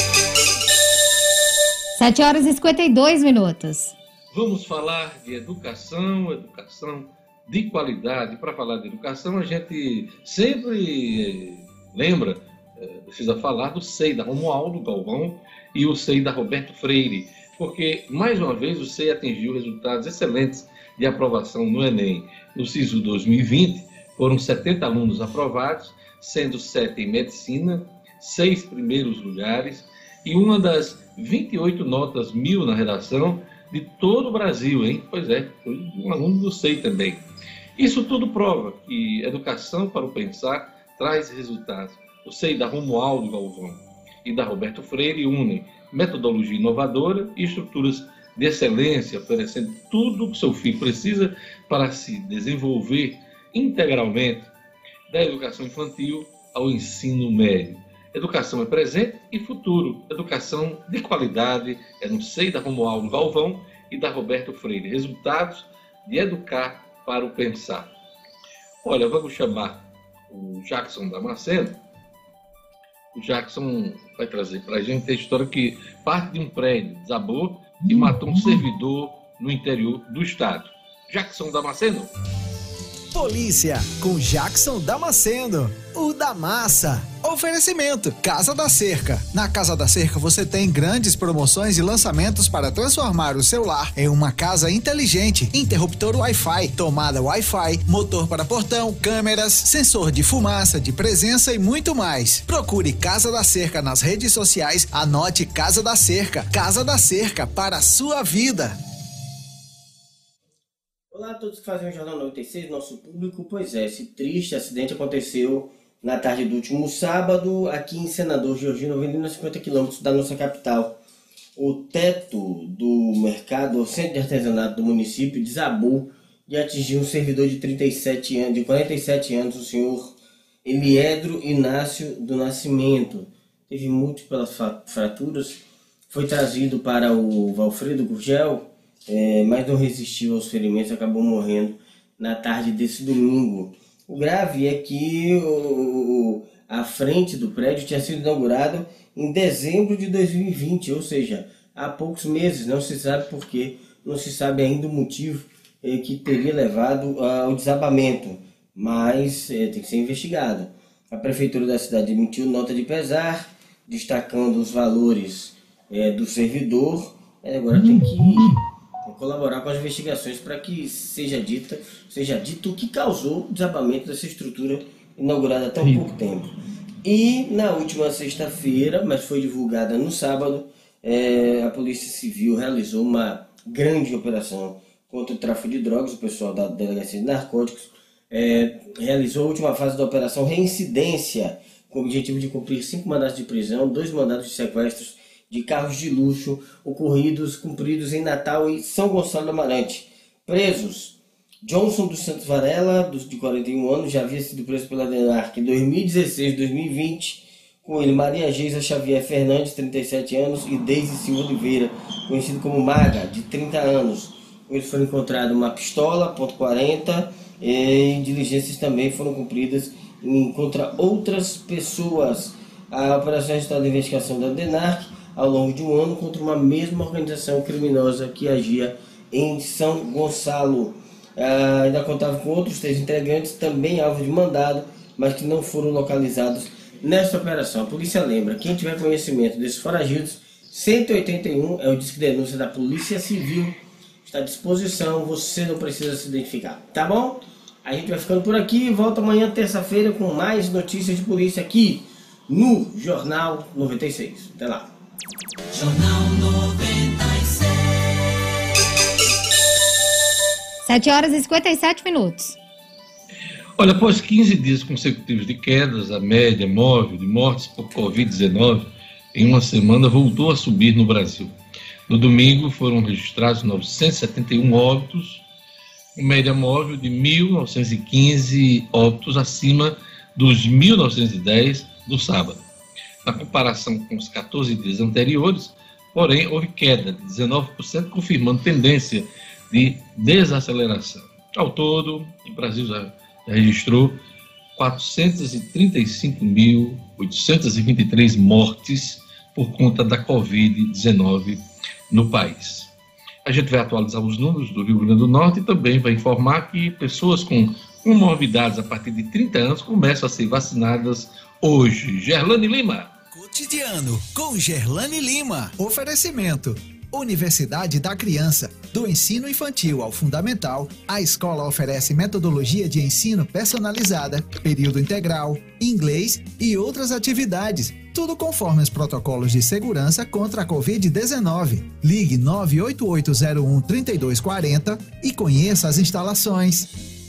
sete horas e cinquenta e dois minutos. Vamos falar de educação, educação de qualidade. Para falar de educação, a gente sempre lembra, precisa falar do S E I da Romualdo Galvão e o S E I da Roberto Freire, porque, mais uma vez, o S E I atingiu resultados excelentes de aprovação no Enem. No SISU dois mil e vinte, foram setenta alunos aprovados, sendo sete em medicina, seis primeiros lugares e uma das vinte e oito notas mil na redação de todo o Brasil, hein? Pois é, foi um aluno do S E I também. Isso tudo prova que educação para o pensar traz resultados. O S E I da Romualdo Galvão e da Roberto Freire unem metodologia inovadora e estruturas de excelência, oferecendo tudo o que seu filho precisa para se desenvolver integralmente, da educação infantil ao ensino médio. Educação é presente e futuro. Educação de qualidade é no S E I da Romualdo Galvão e da Roberto Freire. Resultados de educar para o pensar. Olha, vamos chamar o Jackson Damasceno. O Jackson vai trazer para a gente a história que parte de um prédio desabou e matou um servidor no interior do estado. Jackson Damasceno. Polícia, com Jackson Damasceno, o da massa. Oferecimento, Casa da Cerca. Na Casa da Cerca você tem grandes promoções e lançamentos para transformar o seu lar em uma casa inteligente. Interruptor Wi-Fi, tomada Wi-Fi, motor para portão, câmeras, sensor de fumaça, de presença e muito mais. Procure Casa da Cerca nas redes sociais, anote Casa da Cerca. Casa da Cerca, para a sua vida. Olá a todos que fazem o Jornal noventa e seis, nosso público. Pois é, esse triste acidente aconteceu na tarde do último sábado, aqui em Senador Georgino Avelino, a cinquenta quilômetros da nossa capital. O teto do mercado, o centro de artesanato do município, desabou e atingiu um servidor de, trinta e sete anos, de quarenta e sete anos, o senhor Eliedro Inácio do Nascimento. Teve múltiplas fraturas, foi trazido para o Valfredo Gurgel, É, mas não resistiu aos ferimentos, acabou morrendo na tarde desse domingo. O grave é que o, a frente do prédio tinha sido inaugurada em dezembro de dois mil e vinte, ou seja, há poucos meses. Não se sabe por quê, não se sabe ainda o motivo é, que teria levado ao desabamento, mas é, tem que ser investigado. A prefeitura da cidade emitiu nota de pesar, destacando os valores é, do servidor. É, agora tem que colaborar com as investigações para que seja dita, seja dito o que causou o desabamento dessa estrutura inaugurada há tão Sim. pouco tempo. E na última sexta-feira, mas foi divulgada no sábado, é, a Polícia Civil realizou uma grande operação contra o tráfico de drogas. O pessoal da Delegacia de Narcóticos é, realizou a última fase da Operação Reincidência, com o objetivo de cumprir cinco mandados de prisão, dois mandados de sequestros de carros de luxo ocorridos, cumpridos em Natal e São Gonçalo do Amarante. Presos: Johnson dos Santos Varela, de quarenta e um anos, já havia sido preso pela DENARC em dois mil e dezesseis e dois mil e vinte. Com ele, Maria Geisa Xavier Fernandes, trinta e sete anos, e Deise Silva Oliveira, conhecido como Maga, de trinta anos. Com eles foram encontradas uma pistola, ponto quarenta, e diligências também foram cumpridas contra outras pessoas. A operação está de investigação da DENARC ao longo de um ano contra uma mesma organização criminosa que agia em São Gonçalo. Ah, ainda contava com outros três integrantes, também alvo de mandado, mas que não foram localizados nesta operação. A polícia lembra, quem tiver conhecimento desses foragidos, cento e oitenta e um é o disque de denúncia da Polícia Civil, está à disposição, você não precisa se identificar, tá bom? A gente vai ficando por aqui, volta amanhã, terça-feira, com mais notícias de polícia aqui no Jornal noventa e seis. Até lá. Jornal noventa e seis. sete horas e cinquenta e sete minutos. Olha, após quinze dias consecutivos de quedas, a média móvel de mortes por covid dezenove em uma semana voltou a subir no Brasil. No domingo foram registrados novecentos e setenta e um óbitos, com média móvel de mil novecentos e quinze óbitos acima dos mil novecentos e dez do sábado. Na comparação com os quatorze dias anteriores, porém, houve queda de dezenove por cento, confirmando tendência de desaceleração. Ao todo, o Brasil já, já registrou quatrocentos e trinta e cinco mil, oitocentos e vinte e três mortes por conta da covid dezenove no país. A gente vai atualizar os números do Rio Grande do Norte e também vai informar que pessoas com comorbidades a partir de trinta anos começam a ser vacinadas hoje. Gerlane Lima. Cotidiano com Gerlane Lima. Oferecimento: Universidade da Criança. Do ensino infantil ao fundamental, a escola oferece metodologia de ensino personalizada, período integral, inglês e outras atividades. Tudo conforme os protocolos de segurança contra a covid dezenove. Ligue nove oito oito zero um, três dois quatro zero e conheça as instalações.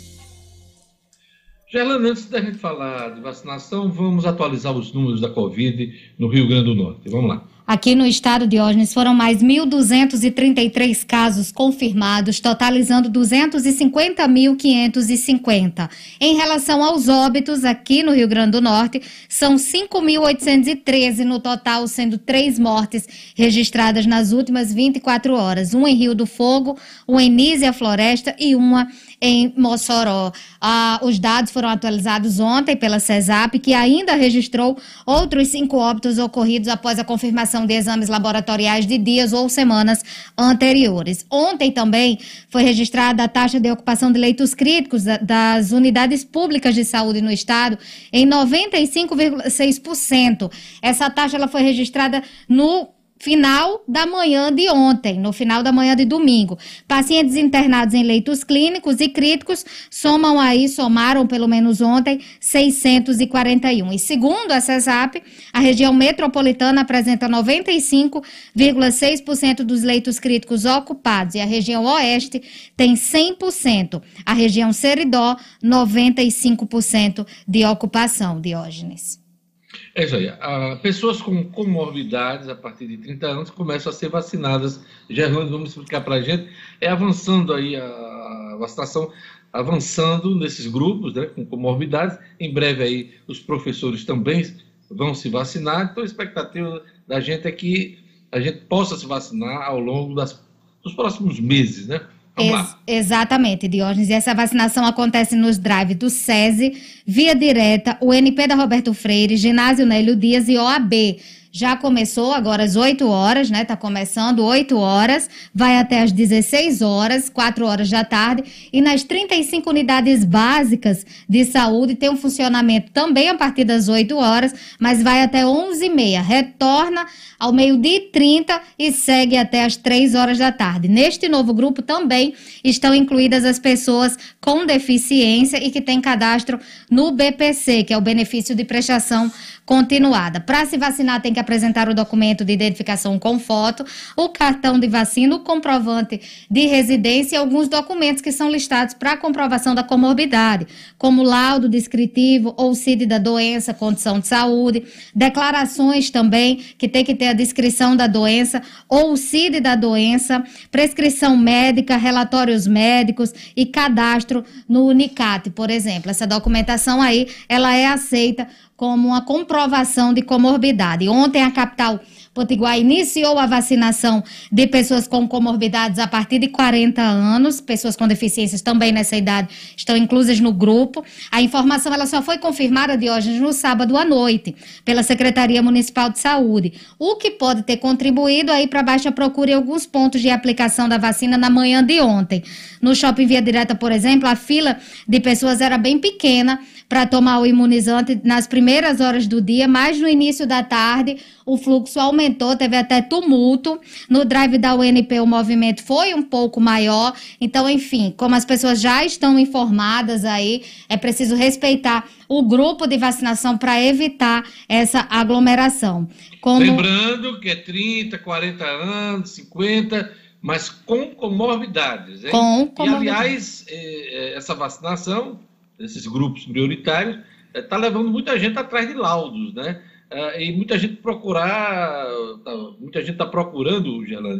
Gerlane, antes da gente falar de vacinação, vamos atualizar os números da Covid no Rio Grande do Norte. Vamos lá. Aqui no estado, Diógenes, foram mais mil duzentos e trinta e três casos confirmados, totalizando duzentos e cinquenta mil quinhentos e cinquenta. Em relação aos óbitos, aqui no Rio Grande do Norte, são cinco mil oitocentos e treze no total, sendo três mortes registradas nas últimas vinte e quatro horas. Uma em Rio do Fogo, uma em Nízia Floresta e uma em Mossoró. Ah, os dados foram atualizados ontem pela CESAP, que ainda registrou outros cinco óbitos ocorridos após a confirmação de exames laboratoriais de dias ou semanas anteriores. Ontem também foi registrada a taxa de ocupação de leitos críticos das unidades públicas de saúde no estado em noventa e cinco vírgula seis por cento. Essa taxa ela foi registrada no final da manhã de ontem, no final da manhã de domingo. Pacientes internados em leitos clínicos e críticos somam aí, somaram pelo menos ontem, seiscentos e quarenta e um. E segundo a CESAP, a região metropolitana apresenta noventa e cinco vírgula seis por cento dos leitos críticos ocupados e a região oeste tem cem por cento. A região Seridó, noventa e cinco por cento de ocupação, Diógenes. É isso aí. Ah, pessoas com comorbidades a partir de trinta anos começam a ser vacinadas. Gerlane, vamos explicar para a gente. É avançando aí a vacinação, avançando nesses grupos, né, com comorbidades. Em breve aí os professores também vão se vacinar. Então a expectativa da gente é que a gente possa se vacinar ao longo das, dos próximos meses, né? Ex exatamente, Diógenes. E essa vacinação acontece nos drives do SESI, Via Direta, o N P da Roberto Freire, Ginásio Nélio Dias e O A B. Já começou agora às oito horas, né? Tá começando oito horas, vai até às dezesseis horas, quatro horas da tarde. E nas trinta e cinco unidades básicas de saúde tem um funcionamento também a partir das oito horas, mas vai até onze e meia. Retorna ao meio-dia e trinta e segue até às três horas da tarde. Neste novo grupo também estão incluídas as pessoas com deficiência e que têm cadastro no B P C, que é o benefício de prestação continuada. Para se vacinar tem que apresentar o documento de identificação com foto, o cartão de vacina, o comprovante de residência e alguns documentos que são listados para comprovação da comorbidade, como laudo descritivo ou C I D da doença, condição de saúde, declarações também que tem que ter a descrição da doença ou o C I D da doença, prescrição médica, relatórios médicos e cadastro no Unicate, por exemplo. Essa documentação aí, ela é aceita como uma comprovação de comorbidade. Ontem a capital Potiguar iniciou a vacinação de pessoas com comorbidades a partir de quarenta anos, pessoas com deficiências também nessa idade estão inclusas no grupo. A informação ela só foi confirmada, Diógenes, no sábado à noite, pela Secretaria Municipal de Saúde, o que pode ter contribuído aí para a baixa procura em alguns pontos de aplicação da vacina na manhã de ontem. No Shopping Via Direta, por exemplo, a fila de pessoas era bem pequena para tomar o imunizante nas primeiras horas do dia, mas no início da tarde o fluxo aumentou, teve até tumulto. No drive da U N P o movimento foi um pouco maior. Então, enfim, como as pessoas já estão informadas aí, é preciso respeitar o grupo de vacinação para evitar essa aglomeração. Como... Lembrando que é trinta, quarenta anos, cinquenta, mas com comorbidades. Hein? Com comorbidades. E, aliás, essa vacinação desses grupos prioritários está levando muita gente atrás de laudos, né? Uh, e muita gente procurar, tá, muita gente está procurando, Gerlane,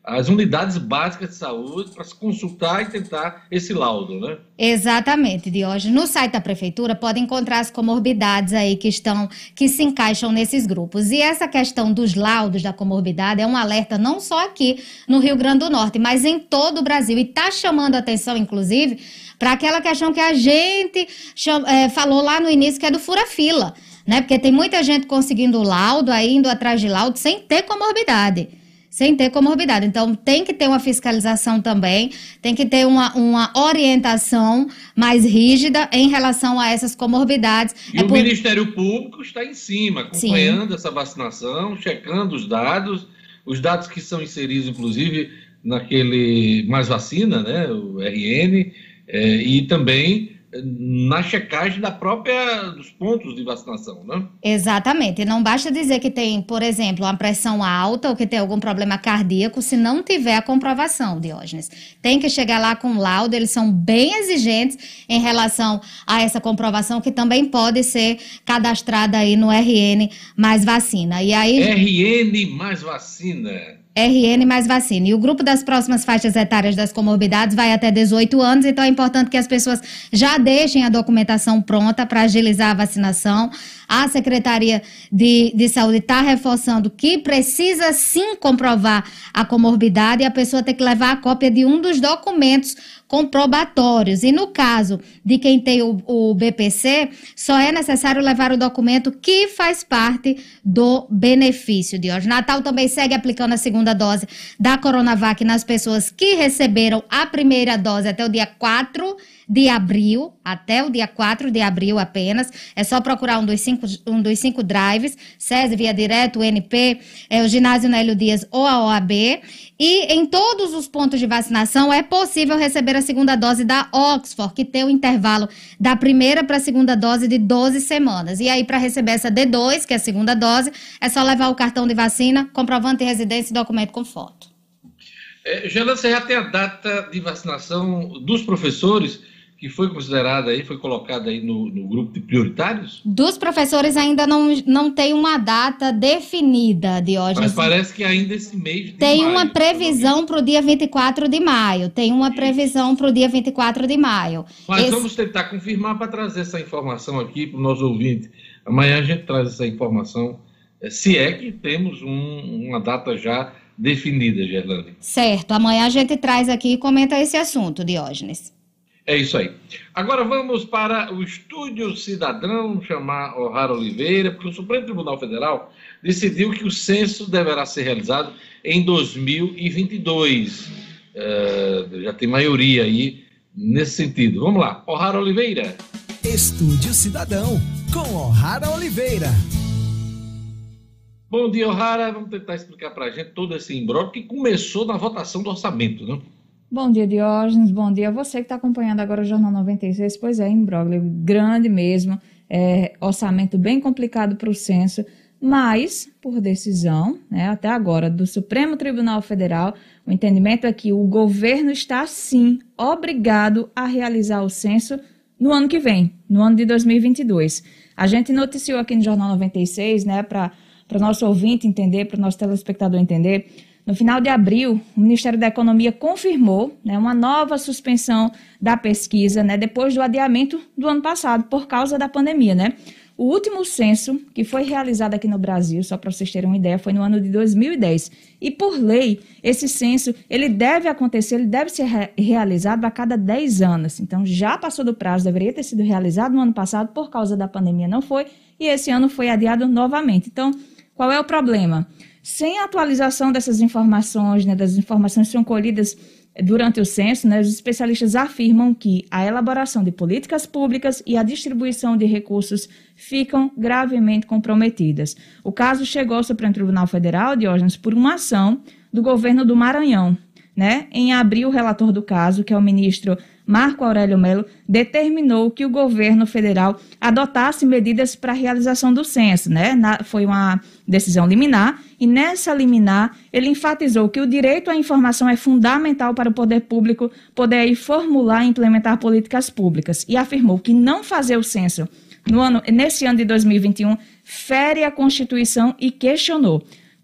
as unidades básicas de saúde para se consultar e tentar esse laudo, né? Exatamente, Diógenes. No site da prefeitura pode encontrar as comorbidades aí que estão, que se encaixam nesses grupos. E essa questão dos laudos da comorbidade é um alerta não só aqui no Rio Grande do Norte, mas em todo o Brasil. E está chamando a atenção, inclusive, para aquela questão que a gente chama, é, falou lá no início, que é do fura-fila, né? Porque tem muita gente conseguindo laudo, aí indo atrás de laudo, sem ter comorbidade. Sem ter comorbidade. Então, tem que ter uma fiscalização também, tem que ter uma, uma orientação mais rígida em relação a essas comorbidades. E é o por... Ministério Público está em cima, acompanhando Sim. essa vacinação, checando os dados, os dados que são inseridos, inclusive, naquele Mais Vacina, né, o R N, é, e também na checagem da própria, dos pontos de vacinação, né? Exatamente. Não basta dizer que tem, por exemplo, uma pressão alta ou que tem algum problema cardíaco se não tiver a comprovação, Diógenes. Tem que chegar lá com laudo, eles são bem exigentes em relação a essa comprovação, que também pode ser cadastrada aí no R N Mais Vacina. E aí... R N Mais Vacina. R N mais vacina. E o grupo das próximas faixas etárias das comorbidades vai até dezoito anos, então é importante que as pessoas já deixem a documentação pronta para agilizar a vacinação. A Secretaria de, de Saúde está reforçando que precisa sim comprovar a comorbidade e a pessoa tem que levar a cópia de um dos documentos comprobatórios. E no caso de quem tem o, o B P C, só é necessário levar o documento que faz parte do benefício de hoje. Natal também segue aplicando a segunda dose da Coronavac nas pessoas que receberam a primeira dose até o dia quatro de abril, até o dia quatro de abril apenas. É só procurar um dos cinco, um dos cinco drives, SESI, Via Direto, o N P, é, o Ginásio Nélio Dias ou a O A B. E em todos os pontos de vacinação é possível receber a segunda dose da Oxford, que tem o intervalo da primeira para a segunda dose de doze semanas. E aí, para receber essa D dois, que é a segunda dose, é só levar o cartão de vacina, comprovante de residência e documento com foto. É, Gelane, você já tem a data de vacinação dos professores, que foi considerada aí, foi colocada aí no, no grupo de prioritários? Dos professores ainda não, não tem uma data definida, Diógenes. Mas parece que ainda esse mês de Tem maio, uma previsão para o dia vinte e quatro de maio. Tem uma previsão para o dia vinte e quatro de maio. Mas Esse... vamos tentar confirmar para trazer essa informação aqui para o nosso ouvinte. Amanhã a gente traz essa informação, se é que temos um, uma data já definida, Gelane. Certo. Amanhã a gente traz aqui e comenta esse assunto, Diógenes. É isso aí. Agora vamos para o Estúdio Cidadão, chamar O'Hara Oliveira, porque o Supremo Tribunal Federal decidiu que o censo deverá ser realizado em dois mil e vinte e dois. Uh, já tem maioria aí nesse sentido. Vamos lá, O'Hara Oliveira. Estúdio Cidadão, com O'Hara Oliveira. Bom dia, O'Hara. Vamos tentar explicar para a gente todo esse imbróglio que começou na votação do orçamento, né? Bom dia, Diógenes. Bom dia a você que está acompanhando agora o Jornal noventa e seis. Pois é, imbróglio grande mesmo, é, orçamento bem complicado para o censo, mas, por decisão, né, até agora, do Supremo Tribunal Federal, o entendimento é que o governo está, sim, obrigado a realizar o censo no ano que vem, no ano de dois mil e vinte e dois. A gente noticiou aqui no Jornal noventa e seis, né, para o nosso ouvinte entender, para o nosso telespectador entender. No final de abril, o Ministério da Economia confirmou, né, uma nova suspensão da pesquisa, né, depois do adiamento do ano passado, por causa da pandemia, né? O último censo que foi realizado aqui no Brasil, só para vocês terem uma ideia, foi no ano de dois mil e dez. E, por lei, esse censo ele deve acontecer, ele deve ser re- realizado a cada dez anos. Então, já passou do prazo, deveria ter sido realizado no ano passado, por causa da pandemia não foi, e esse ano foi adiado novamente. Então, qual é o problema? Sem a atualização dessas informações, né, das informações que são colhidas durante o censo, né, os especialistas afirmam que a elaboração de políticas públicas e a distribuição de recursos ficam gravemente comprometidas. O caso chegou ao Supremo Tribunal Federal, Diógenes, por uma ação do governo do Maranhão. Né? Em abril, o relator do caso, que é o ministro Marco Aurélio Melo, determinou que o governo federal adotasse medidas para a realização do censo. Né? Na, foi uma decisão liminar, e nessa liminar ele enfatizou que o direito à informação é fundamental para o poder público poder aí formular e implementar políticas públicas, e afirmou que não fazer o censo no ano, nesse ano de dois mil e vinte e um fere a Constituição e questionou: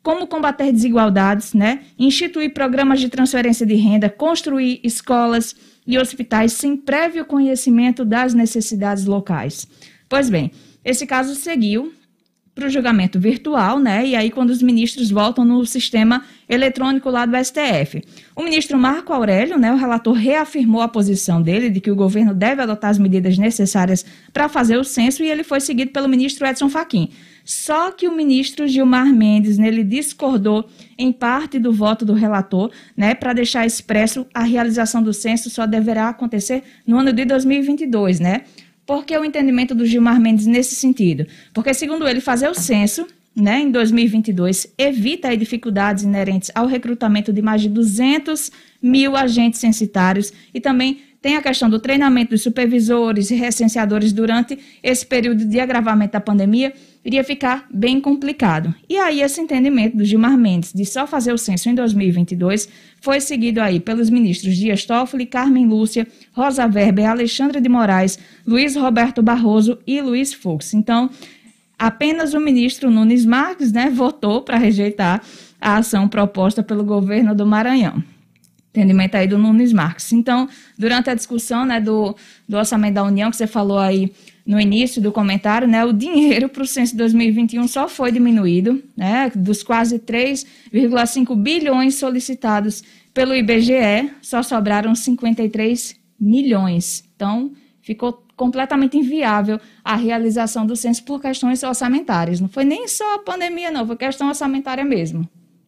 como combater desigualdades, né? Instituir programas de transferência de renda, construir escolas e hospitais sem prévio conhecimento das necessidades locais. Pois bem, esse caso seguiu para o julgamento virtual, né? E aí quando os ministros voltam no sistema eletrônico lá do S T F. O ministro Marco Aurélio, né, o relator, reafirmou a posição dele de que o governo deve adotar as medidas necessárias para fazer o censo e ele foi seguido pelo ministro Edson Fachin. Só que o ministro Gilmar Mendes, né, ele discordou em parte do voto do relator, né, para deixar expresso a realização do censo só deverá acontecer no ano de dois mil e vinte e dois, né? Por que o entendimento do Gilmar Mendes nesse sentido? Porque, segundo ele, fazer o censo, né, em dois mil e vinte e dois evita aí dificuldades inerentes ao recrutamento de mais de duzentos mil agentes censitários e também tem a questão do treinamento dos supervisores e recenseadores durante esse período de agravamento da pandemia, iria ficar bem complicado. E aí esse entendimento do Gilmar Mendes de só fazer o censo em dois mil e vinte e dois foi seguido aí pelos ministros Dias Toffoli, Carmen Lúcia, Rosa Weber, Alexandre de Moraes, Luiz Roberto Barroso e Luiz Fux. Então, apenas o ministro Nunes Marques, né, votou para rejeitar a ação proposta pelo governo do Maranhão. Entendimento aí do Nunes Marques. Então, durante a discussão, né, do, do orçamento da União, que você falou aí no início do comentário, né, o dinheiro para o censo dois mil e vinte e um só foi diminuído, né, dos quase três vírgula cinco bilhões solicitados pelo I B G E, só sobraram cinquenta e três milhões. Então, ficou completamente inviável a realização do censo por questões orçamentárias. Não foi nem só a pandemia, não, foi questão orçamentária mesmo.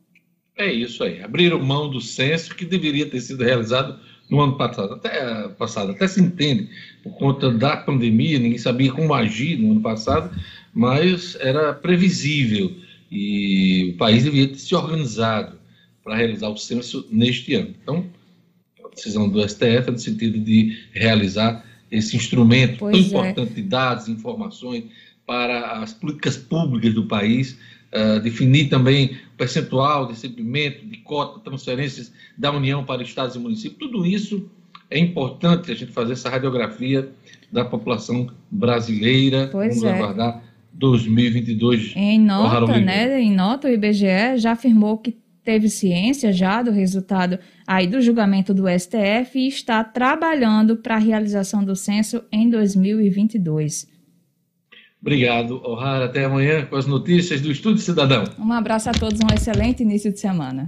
É isso aí, abriram mão do censo que deveria ter sido realizado no ano passado. Até, passado, até se entende, por conta da pandemia, ninguém sabia como agir no ano passado, mas era previsível e o país deveria ter se organizado para realizar o censo neste ano. Então, a decisão do S T F é no sentido de realizar esse instrumento pois tão é. importante de dados, informações para as políticas públicas do país, Uh, definir também o percentual de recebimento, de cota, transferências da União para estados e municípios. Tudo isso é importante a gente fazer essa radiografia da população brasileira. Pois Vamos é. aguardar dois mil e vinte e dois. Em nota, né, em nota, o I B G E já afirmou que teve ciência já do resultado aí do julgamento do S T F e está trabalhando para a realização do censo em dois mil e vinte e dois. Obrigado, O'Hara. Até amanhã com as notícias do Estúdio Cidadão. Um abraço a todos, um excelente início de semana.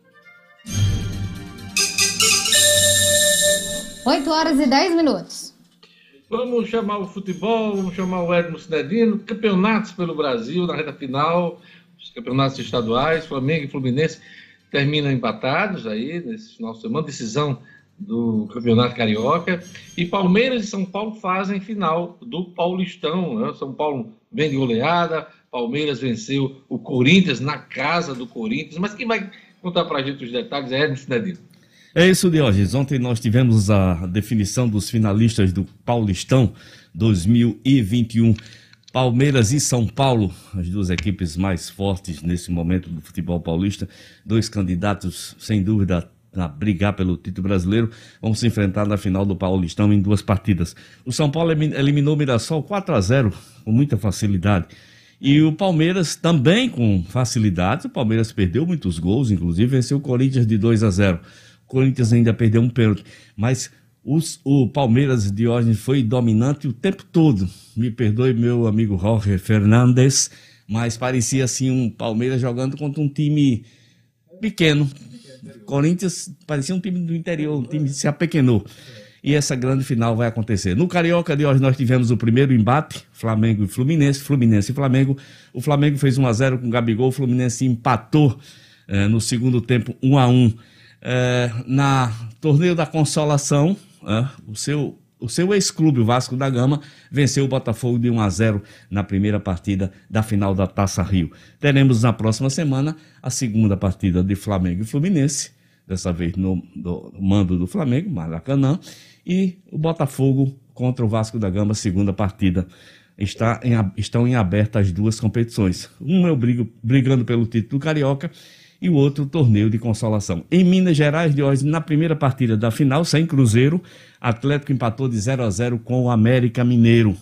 oito horas e dez minutos. Vamos chamar o futebol, vamos chamar o Edmo Cinedino. Campeonatos pelo Brasil na reta final, os campeonatos estaduais, Flamengo e Fluminense terminam empatados aí nesse final de semana, decisão do Campeonato Carioca, e Palmeiras e São Paulo fazem final do Paulistão, né? São Paulo vem de goleada, Palmeiras venceu o Corinthians na casa do Corinthians, mas quem vai contar pra gente os detalhes é Edmo Cinedino. É isso, Diógenes. Ontem nós tivemos a definição dos finalistas do Paulistão dois mil e vinte e um. Palmeiras e São Paulo, as duas equipes mais fortes nesse momento do futebol paulista, dois candidatos, sem dúvida, a brigar pelo título brasileiro, vão se enfrentar na final do Paulistão em duas partidas. O São Paulo eliminou o Mirassol quatro a zero, com muita facilidade. E o Palmeiras também com facilidade. O Palmeiras perdeu muitos gols, inclusive venceu o Corinthians de dois a zero. O Corinthians ainda perdeu um pênalti, mas os, o Palmeiras de hoje foi dominante o tempo todo. Me perdoe, meu amigo Jorge Fernandes, mas parecia assim um Palmeiras jogando contra um time pequeno. Corinthians parecia um time do interior, um time que se apequenou. E essa grande final vai acontecer. No Carioca de hoje nós tivemos o primeiro embate, Flamengo e Fluminense, Fluminense e Flamengo. O Flamengo fez um a zero com o Gabigol, o Fluminense empatou eh, no segundo tempo um a um. Eh, na Torneio da Consolação, eh, o seu... O seu ex-clube, o Vasco da Gama, venceu o Botafogo de um a zero na primeira partida da final da Taça Rio. Teremos na próxima semana a segunda partida de Flamengo e Fluminense, dessa vez no, no mando do Flamengo, Maracanã, e o Botafogo contra o Vasco da Gama, segunda partida. Está em, estão em aberto as duas competições. Um é o brigo, brigando pelo título Carioca e o outro torneio de consolação. Em Minas Gerais, de hoje, na primeira partida da final, sem Cruzeiro, Atlético empatou de zero a zero com o América Mineiro.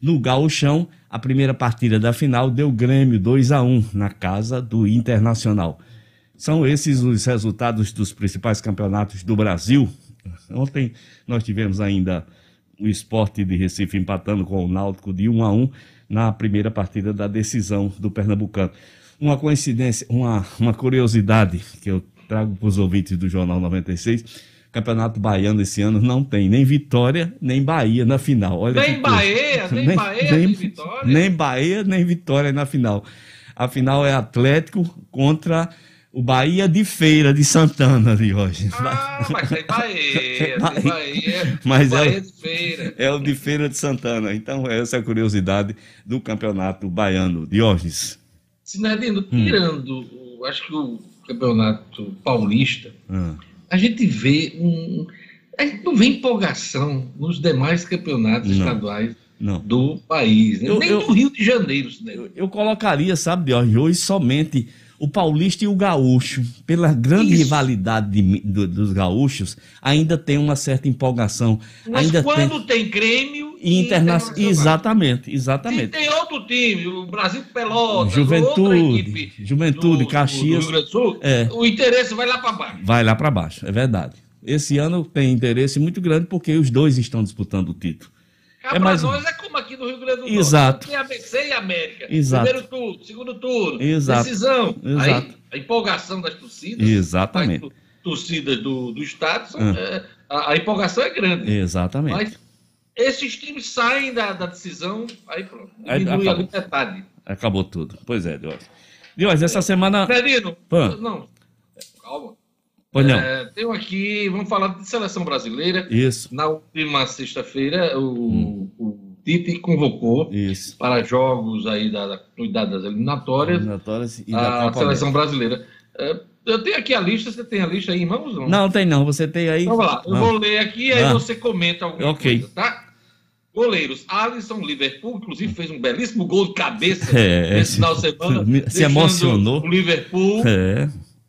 No Gauchão, a primeira partida da final deu Grêmio dois a um na casa do Internacional. São esses os resultados dos principais campeonatos do Brasil. Ontem nós tivemos ainda o Sport de Recife empatando com o Náutico de um a um na primeira partida da decisão do Pernambucano. Uma coincidência, uma, uma curiosidade que eu trago para os ouvintes do Jornal noventa e seis, Campeonato Baiano esse ano não tem nem Vitória, nem Bahia na final. Olha nem Bahia, nem, nem Bahia, nem, nem Vitória. Nem Bahia, nem Vitória na final. A final é Atlético contra o Bahia de Feira de Santana de hoje. Ah, mas tem Bahia, tem Bahia, mas Bahia é, de Feira. É o de Feira de Santana. Então, essa é a curiosidade do Campeonato Baiano. Diógenes. Sinedino, tirando, hum. acho que o Campeonato Paulista, hum. a gente vê um... A gente não vê empolgação nos demais campeonatos não. estaduais não. do país. Né? Eu, Nem eu, do Rio de Janeiro. Eu, eu colocaria, sabe, Diógenes, hoje somente o paulista e o gaúcho, pela grande Isso. rivalidade de, do, dos gaúchos, ainda tem uma certa empolgação. Mas ainda quando tem, tem Grêmio e interna... Internacional. Exatamente, exatamente. Se tem outro time, o Brasil Pelotas, Juventude, outra equipe, Juventude, do, Caxias. Do Rio Grande do Sul, é. o interesse vai lá para baixo. Vai lá para baixo, é verdade. Esse ano tem interesse muito grande porque os dois estão disputando o título. É mais... nós é como aqui no Rio Grande do Norte. Exato. Tem A B C e América. Exato. Primeiro turno, segundo turno, Exato. decisão. Exato. Aí, a empolgação das torcidas. Exatamente. As torcidas do, do estado, são, ah. é, a, a empolgação é grande. Exatamente. Mas esses times saem da, da decisão, aí pronto, diminui ali metade. Acabou tudo. Pois é, Diógenes. Diógenes, essa semana... Fredino, Pã. não, calma. Pois não. É, tenho aqui, vamos falar de seleção brasileira. Isso. Na última sexta-feira, o, hum. o Tite convocou Isso. para jogos aí da, da continuidade das eliminatórias, eliminatórias e a da seleção brasileira. É, eu tenho aqui a lista, você tem a lista aí em mãos? Não, não tem não, você tem aí. Então vai lá, eu não. vou ler aqui e aí ah. você comenta alguma okay. coisa, tá? Goleiros, Alisson, Liverpool, inclusive fez um belíssimo gol de cabeça é, nesse final de semana. Se emocionou. O Liverpool, é.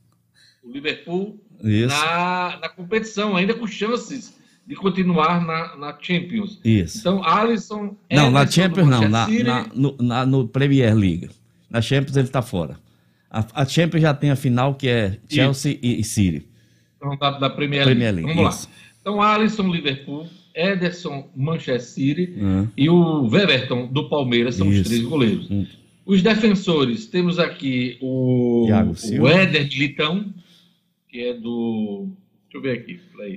o Liverpool Isso. Na, na competição, ainda com chances de continuar na, na Champions. Isso. Então, Alisson... Não, na Champions não, na, na, no, na no Premier League. Na Champions ele está fora. A, a Champions já tem a final que é Chelsea e, e City. Então, da, da Premier League. Premier League. Vamos Isso. lá. Então, Alisson, Liverpool, Ederson, Manchester City uhum. e o Weverton, do Palmeiras, são Isso. os três goleiros. Uhum. Os defensores, temos aqui o, o Éder Militão, que é do... Deixa eu ver aqui, peraí.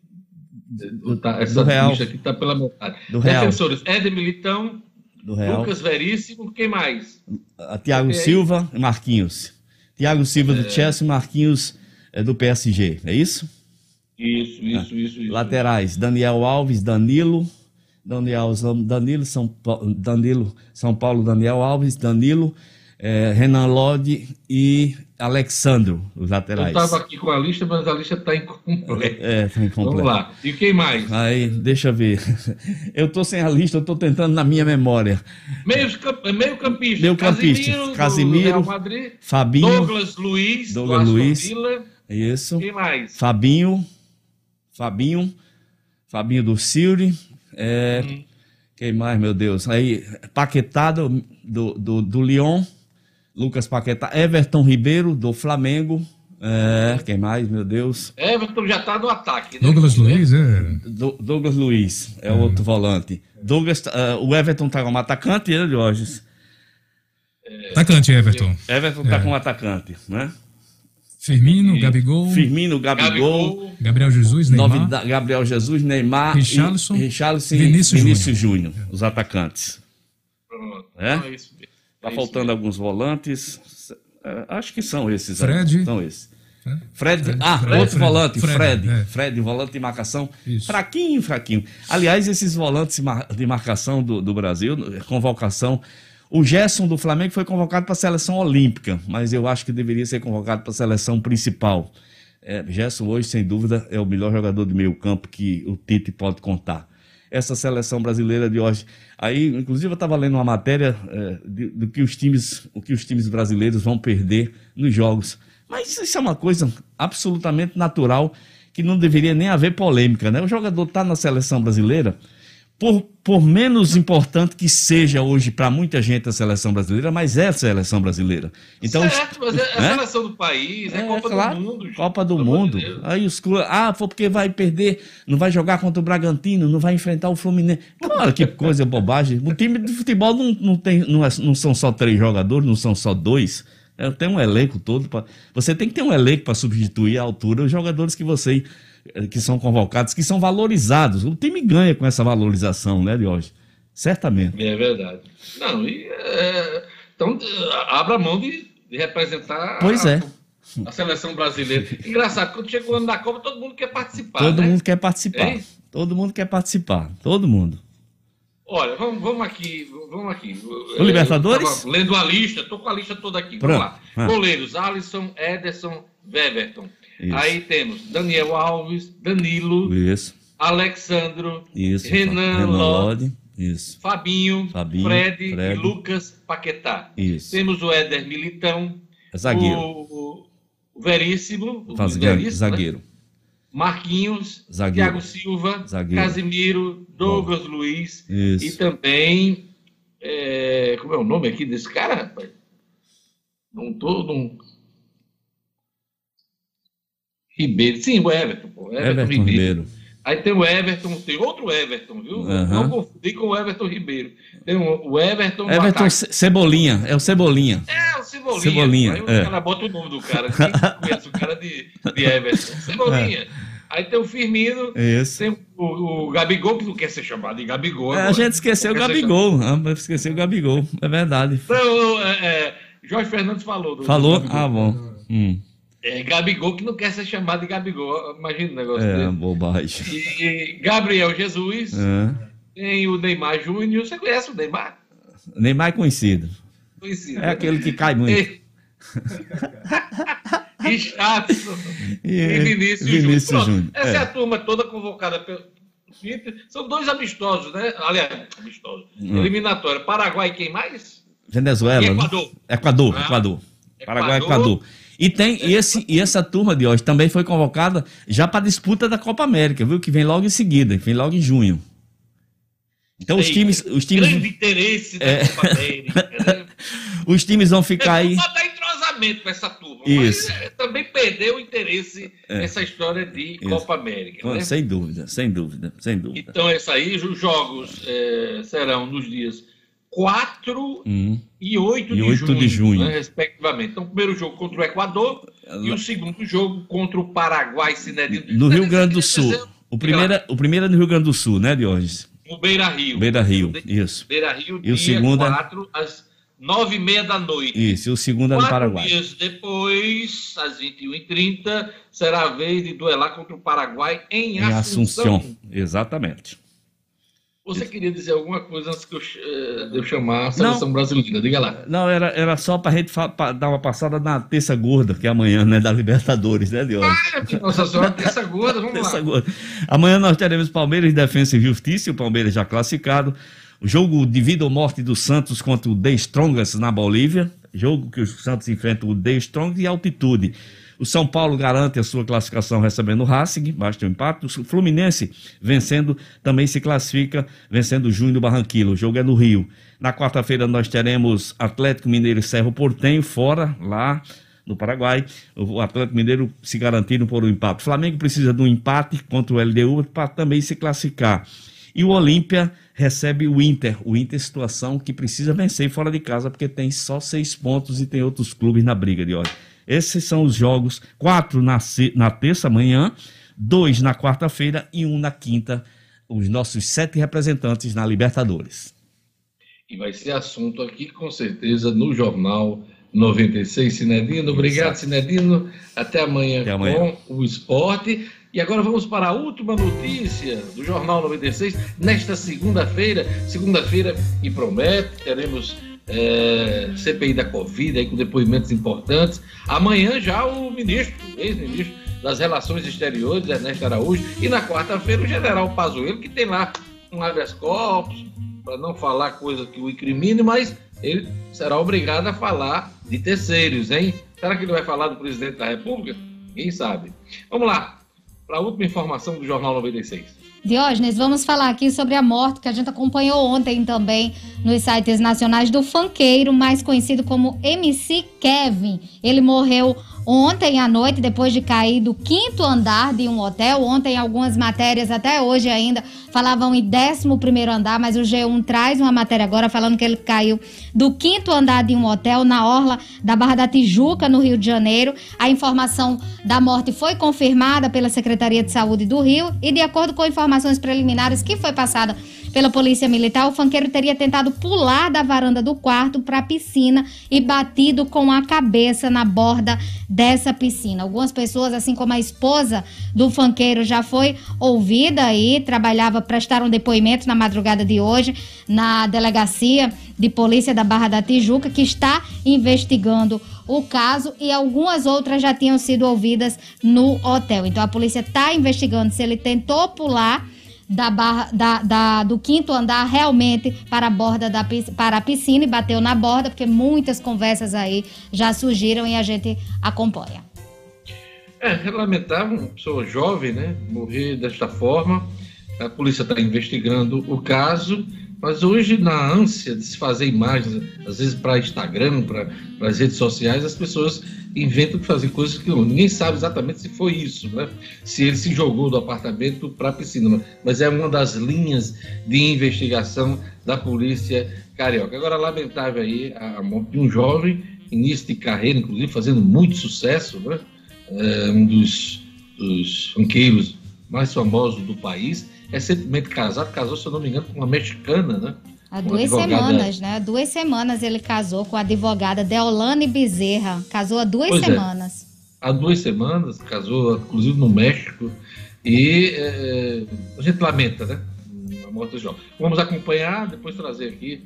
Tá, essa do lista aqui está pela metade. Do Defensores, Éder Militão, do Real. Lucas Veríssimo, quem mais? A Thiago Silva e Marquinhos. Thiago Silva é... do Chelsea e Marquinhos é do P S G, é isso? Isso, isso, ah. isso, isso. Laterais, Daniel Alves, Danilo, Daniel, Danilo, São Paulo, Danilo, São Paulo, Daniel Alves, Danilo, é, Renan Lodi e Alexandro, os laterais. Eu estava aqui com a lista, mas a lista está incompleta. É, está incompleta. Vamos lá. E quem mais? Aí, deixa eu ver. Eu estou sem a lista, eu estou tentando na minha memória. Meio, meio campista. Meio campista. Casimiro, Casimiro Real Madrid, Fabinho. Douglas Luiz, Douglas do Luiz. Villa. Isso. Quem mais? Fabinho. Fabinho. Fabinho do City. É, hum. Quem mais, meu Deus? Aí, Paquetá do, do, do, do Lyon. Lucas Paquetá, Everton Ribeiro, do Flamengo. É, quem mais, meu Deus? Everton já está no ataque, né? Douglas Luiz, é. Do, Douglas Luiz é o hum. outro volante. Douglas, uh, o Everton está como atacante, ele, Jorge? É, atacante, Everton. Everton está é. como atacante, né? Firmino, e... Gabigol. Firmino, Gabigol. Gabigol. Gabriel Jesus, Neymar. Novidade, Gabriel Jesus, Neymar. Richarlison. E, Richarlison e Vinícius, Vinícius Júnior. Júnior, os atacantes. Pronto. É? Não, é isso mesmo. Tá faltando alguns volantes. Acho que são esses. Fred. Aí. São esses. Fred. Fred. Ah, Fred. outro Fred. volante. Fred. Fred, Fred, é. Fred, volante de marcação. Isso. Fraquinho, fraquinho. Aliás, esses volantes de marcação do, do Brasil, convocação. O Gerson do Flamengo foi convocado para a seleção olímpica, mas eu acho que deveria ser convocado para a seleção principal. É, Gerson hoje, sem dúvida, é o melhor jogador de meio campo que o Tite pode contar. Essa seleção brasileira de hoje. Aí, inclusive, eu estava lendo uma matéria é, de, do que os times, o que os times brasileiros vão perder nos jogos. Mas isso é uma coisa absolutamente natural, que não deveria nem haver polêmica, né? O jogador está na seleção brasileira por, por menos importante que seja hoje para muita gente a seleção brasileira, mas é a seleção brasileira. Então, certo, mas é a né? seleção do país, é, é Copa claro, do Mundo. Copa do Mundo. Aí os clubes, ah, foi porque vai perder, não vai jogar contra o Bragantino, não vai enfrentar o Fluminense. Claro, que coisa bobagem. O time de futebol não, não, tem, não, é, não são só três jogadores, não são só dois. É, tem um elenco todo. Pra, você tem que ter um elenco para substituir à altura os jogadores que você... que são convocados, que são valorizados. O time ganha com essa valorização, né, Diógenes? Certamente. É verdade. Não, e, é, então, abra mão de, de representar pois a, é. a seleção brasileira. Engraçado, quando chega o ano da Copa, todo mundo quer participar, Todo né? mundo quer participar. É? Todo mundo quer participar. Todo mundo. Olha, vamos, vamos aqui, vamos aqui. O Libertadores? Eu tava lendo a lista, estou com a lista toda aqui. Pronto. Vamos lá. Ah. Goleiros, Alisson, Ederson, Weverton. Isso. Aí temos Daniel Alves, Danilo, Isso. Alexandro, Isso. Renan, Renan Lodge, Lodge. Isso. Fabinho, Fabinho, Fred, Fred. e Lucas Paquetá. Isso. Temos o Éder Militão, Zagueiro. o, o Veríssimo, o Faz- Veríssimo, zagueiro. né? Marquinhos, Zagueiro. Thiago Silva, Zagueiro. Casimiro, Douglas Luiz Isso. e também, é, como é o nome aqui desse cara, rapaz? Não tô, não... Ribeiro, sim, o Everton, pô, Everton, Everton Ribeiro. Ribeiro. Aí tem o Everton, tem outro Everton, viu? Aham. Não confundi com o Everton Ribeiro. Tem o o Everton... no Everton ataque. Ce- Cebolinha. É o Cebolinha. É, o Cebolinha. Cebolinha, Aí o é. cara bota o nome do cara. Quem conhece o cara de, de Everton? Cebolinha. Aí tem o Firmino, Isso. tem o, o Gabigol, que não quer ser chamado de Gabigol. É, a agora. gente esqueceu o Não quer ser Gabigol. Ah, esqueceu o Gabigol. É verdade. chamado. Então, é, é, Jorge Fernandes falou. Do, Falou? do Gabigol. Ah, bom. Hum. É, Gabigol que não quer ser chamado de Gabigol. Imagina o negócio É, dele. bobagem. E, e Gabriel Jesus, É. tem o Neymar Júnior. Você conhece o Neymar? Neymar é conhecido. Conhecido. É aquele que cai muito. E... Richardson E- e Vinícius, Vinícius Júnior. Pronto, Júnior, essa é. é. a turma toda convocada pelo Twitter. São dois amistosos, né? Aliás, amistosos. Hum. Eliminatória. Paraguai e quem mais? Venezuela. E né? Equador. Equador. Ah, Equador. Paraguai, Equador. Equador. E tem e esse e essa turma de hoje também foi convocada já para a disputa da Copa América, viu? Que vem logo em seguida, que vem logo em junho. Então os Sei, times, os times, Grande interesse da É. Copa América. Né? os times vão ficar aí. Não dar entrosamento com essa turma. Isso. Mas é, também perdeu o interesse É. nessa história de Isso. Copa América. Pô, Né? sem dúvida, sem dúvida, sem dúvida. Então, essa aí, os jogos é, serão nos dias quatro Hum. e oito E de oito junho, de junho. né, respectivamente. Então, o primeiro jogo contra o Equador e o segundo jogo contra o Paraguai, Cinedino. No Rio Grande do Sul. O primeiro, é- o primeiro é no Rio Grande do Sul, né, Diógenes? O Beira Rio. Beira Rio, isso. Beira Rio, E o dia segundo é- quatro, às nove e meia da noite. Isso, e o segundo é no Quatro Paraguai. dias depois, às vinte e uma e trinta, será a vez de duelar contra o Paraguai em, Em Assunção. Assunção, exatamente. Você queria dizer alguma coisa antes que eu, eh, de eu chamar a seleção brasileira? Diga lá. Não, era, era só pra gente fa- pra dar uma passada na terça gorda, que é amanhã, né, da Libertadores, né, Diógenes? Ah, Nossa Senhora, terça gorda, vamos Terça lá. gorda. Amanhã nós teremos Palmeiras, Defensa e Justiça, o Palmeiras já classificado. O jogo de vida ou morte do Santos contra o The Strongest na Bolívia. Jogo que o Santos enfrenta o The Strongest e altitude. O São Paulo garante a sua classificação recebendo o Racing, basta o empate. O Fluminense vencendo também se classifica, vencendo o Júnior do Barranquilla. O jogo é no Rio. Na quarta-feira nós teremos Atlético Mineiro e Cerro Porteño fora, lá no Paraguai. O Atlético Mineiro se garantindo por um empate. O Flamengo precisa de um empate contra o L D U para também se classificar. E o Olímpia recebe o Inter. O Inter é situação que precisa vencer fora de casa, porque tem só seis pontos e tem outros clubes na briga de hoje. Esses são os jogos, quatro na, se- na terça amanhã, dois na quarta-feira e um na quinta, os nossos sete representantes na Libertadores. E vai ser assunto aqui, com certeza, no Jornal noventa e seis, Cinedino. Obrigado, Exato. Cinedino. Até amanhã, Até amanhã. com o esporte. E agora vamos para a última notícia do Jornal noventa e seis, nesta segunda-feira. Segunda-feira, e promete, teremos é, C P I da Covid, aí, com depoimentos importantes. Amanhã já o ministro, ex-ministro das Relações Exteriores, Ernesto Araújo. E na quarta-feira o general Pazuello, que tem lá um habeas corpus, para não falar coisa que o incrimine, mas ele será obrigado a falar de terceiros, hein? Será que ele vai falar do presidente da República? Ninguém sabe. Vamos lá. para a última informação do Jornal noventa e seis. Diógenes, vamos falar aqui sobre a morte que a gente acompanhou ontem também nos sites nacionais do funkeiro, mais conhecido como M C Kevin. Ele morreu ontem à noite, depois de cair do quinto andar de um hotel. Ontem, algumas matérias, até hoje ainda, falavam em décimo primeiro andar, mas o G um traz uma matéria agora falando que ele caiu do quinto andar de um hotel na orla da Barra da Tijuca, no Rio de Janeiro. A informação da morte foi confirmada pela Secretaria de Saúde do Rio e, de acordo com informações preliminares que foi passada pela Polícia Militar, o funkeiro teria tentado pular da varanda do quarto para a piscina e batido com a cabeça na borda dessa piscina. Algumas pessoas, assim como a esposa do funkeiro, já foi ouvida aí, trabalhava, prestaram depoimento na madrugada de hoje na Delegacia de Polícia da Barra da Tijuca, que está investigando o caso, e algumas outras já tinham sido ouvidas no hotel. Então a polícia está investigando se ele tentou pular da barra, da, da, do quinto andar realmente para a borda da para a piscina e bateu na borda, porque muitas conversas aí já surgiram e a gente acompanha. É, é lamentável uma pessoa jovem, né, morrer desta forma. A polícia está investigando o caso, mas hoje, na ânsia de se fazer imagens, às vezes para Instagram, para as redes sociais, as pessoas inventam de fazer coisas que ninguém sabe exatamente se foi isso, né? Se ele se jogou do apartamento para a piscina. Mas é uma das linhas de investigação da polícia carioca. Agora, lamentável aí a morte de um jovem, início de carreira, inclusive, fazendo muito sucesso, né? É um dos, dos funkeiros mais famosos do país, recentemente casado, casou, se eu não me engano, com uma mexicana, né? Há duas advogada... semanas, né? Duas semanas ele casou com a advogada Deolane Bezerra. Casou há duas pois semanas. É. Há duas semanas, casou, inclusive, no México. E é, a gente lamenta, né? A morte do jovem. Vamos acompanhar, depois trazer aqui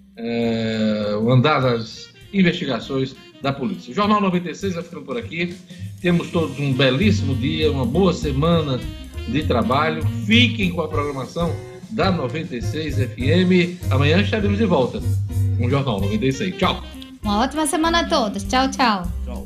é, o andar das investigações da polícia. O Jornal noventa e seis vai ficando por aqui. Temos todos um belíssimo dia, uma boa semana de trabalho. Fiquem com a programação da noventa e seis F M. Amanhã estaremos de volta com o Jornal noventa e seis. Tchau. Uma ótima semana a todos. Tchau, tchau. Tchau.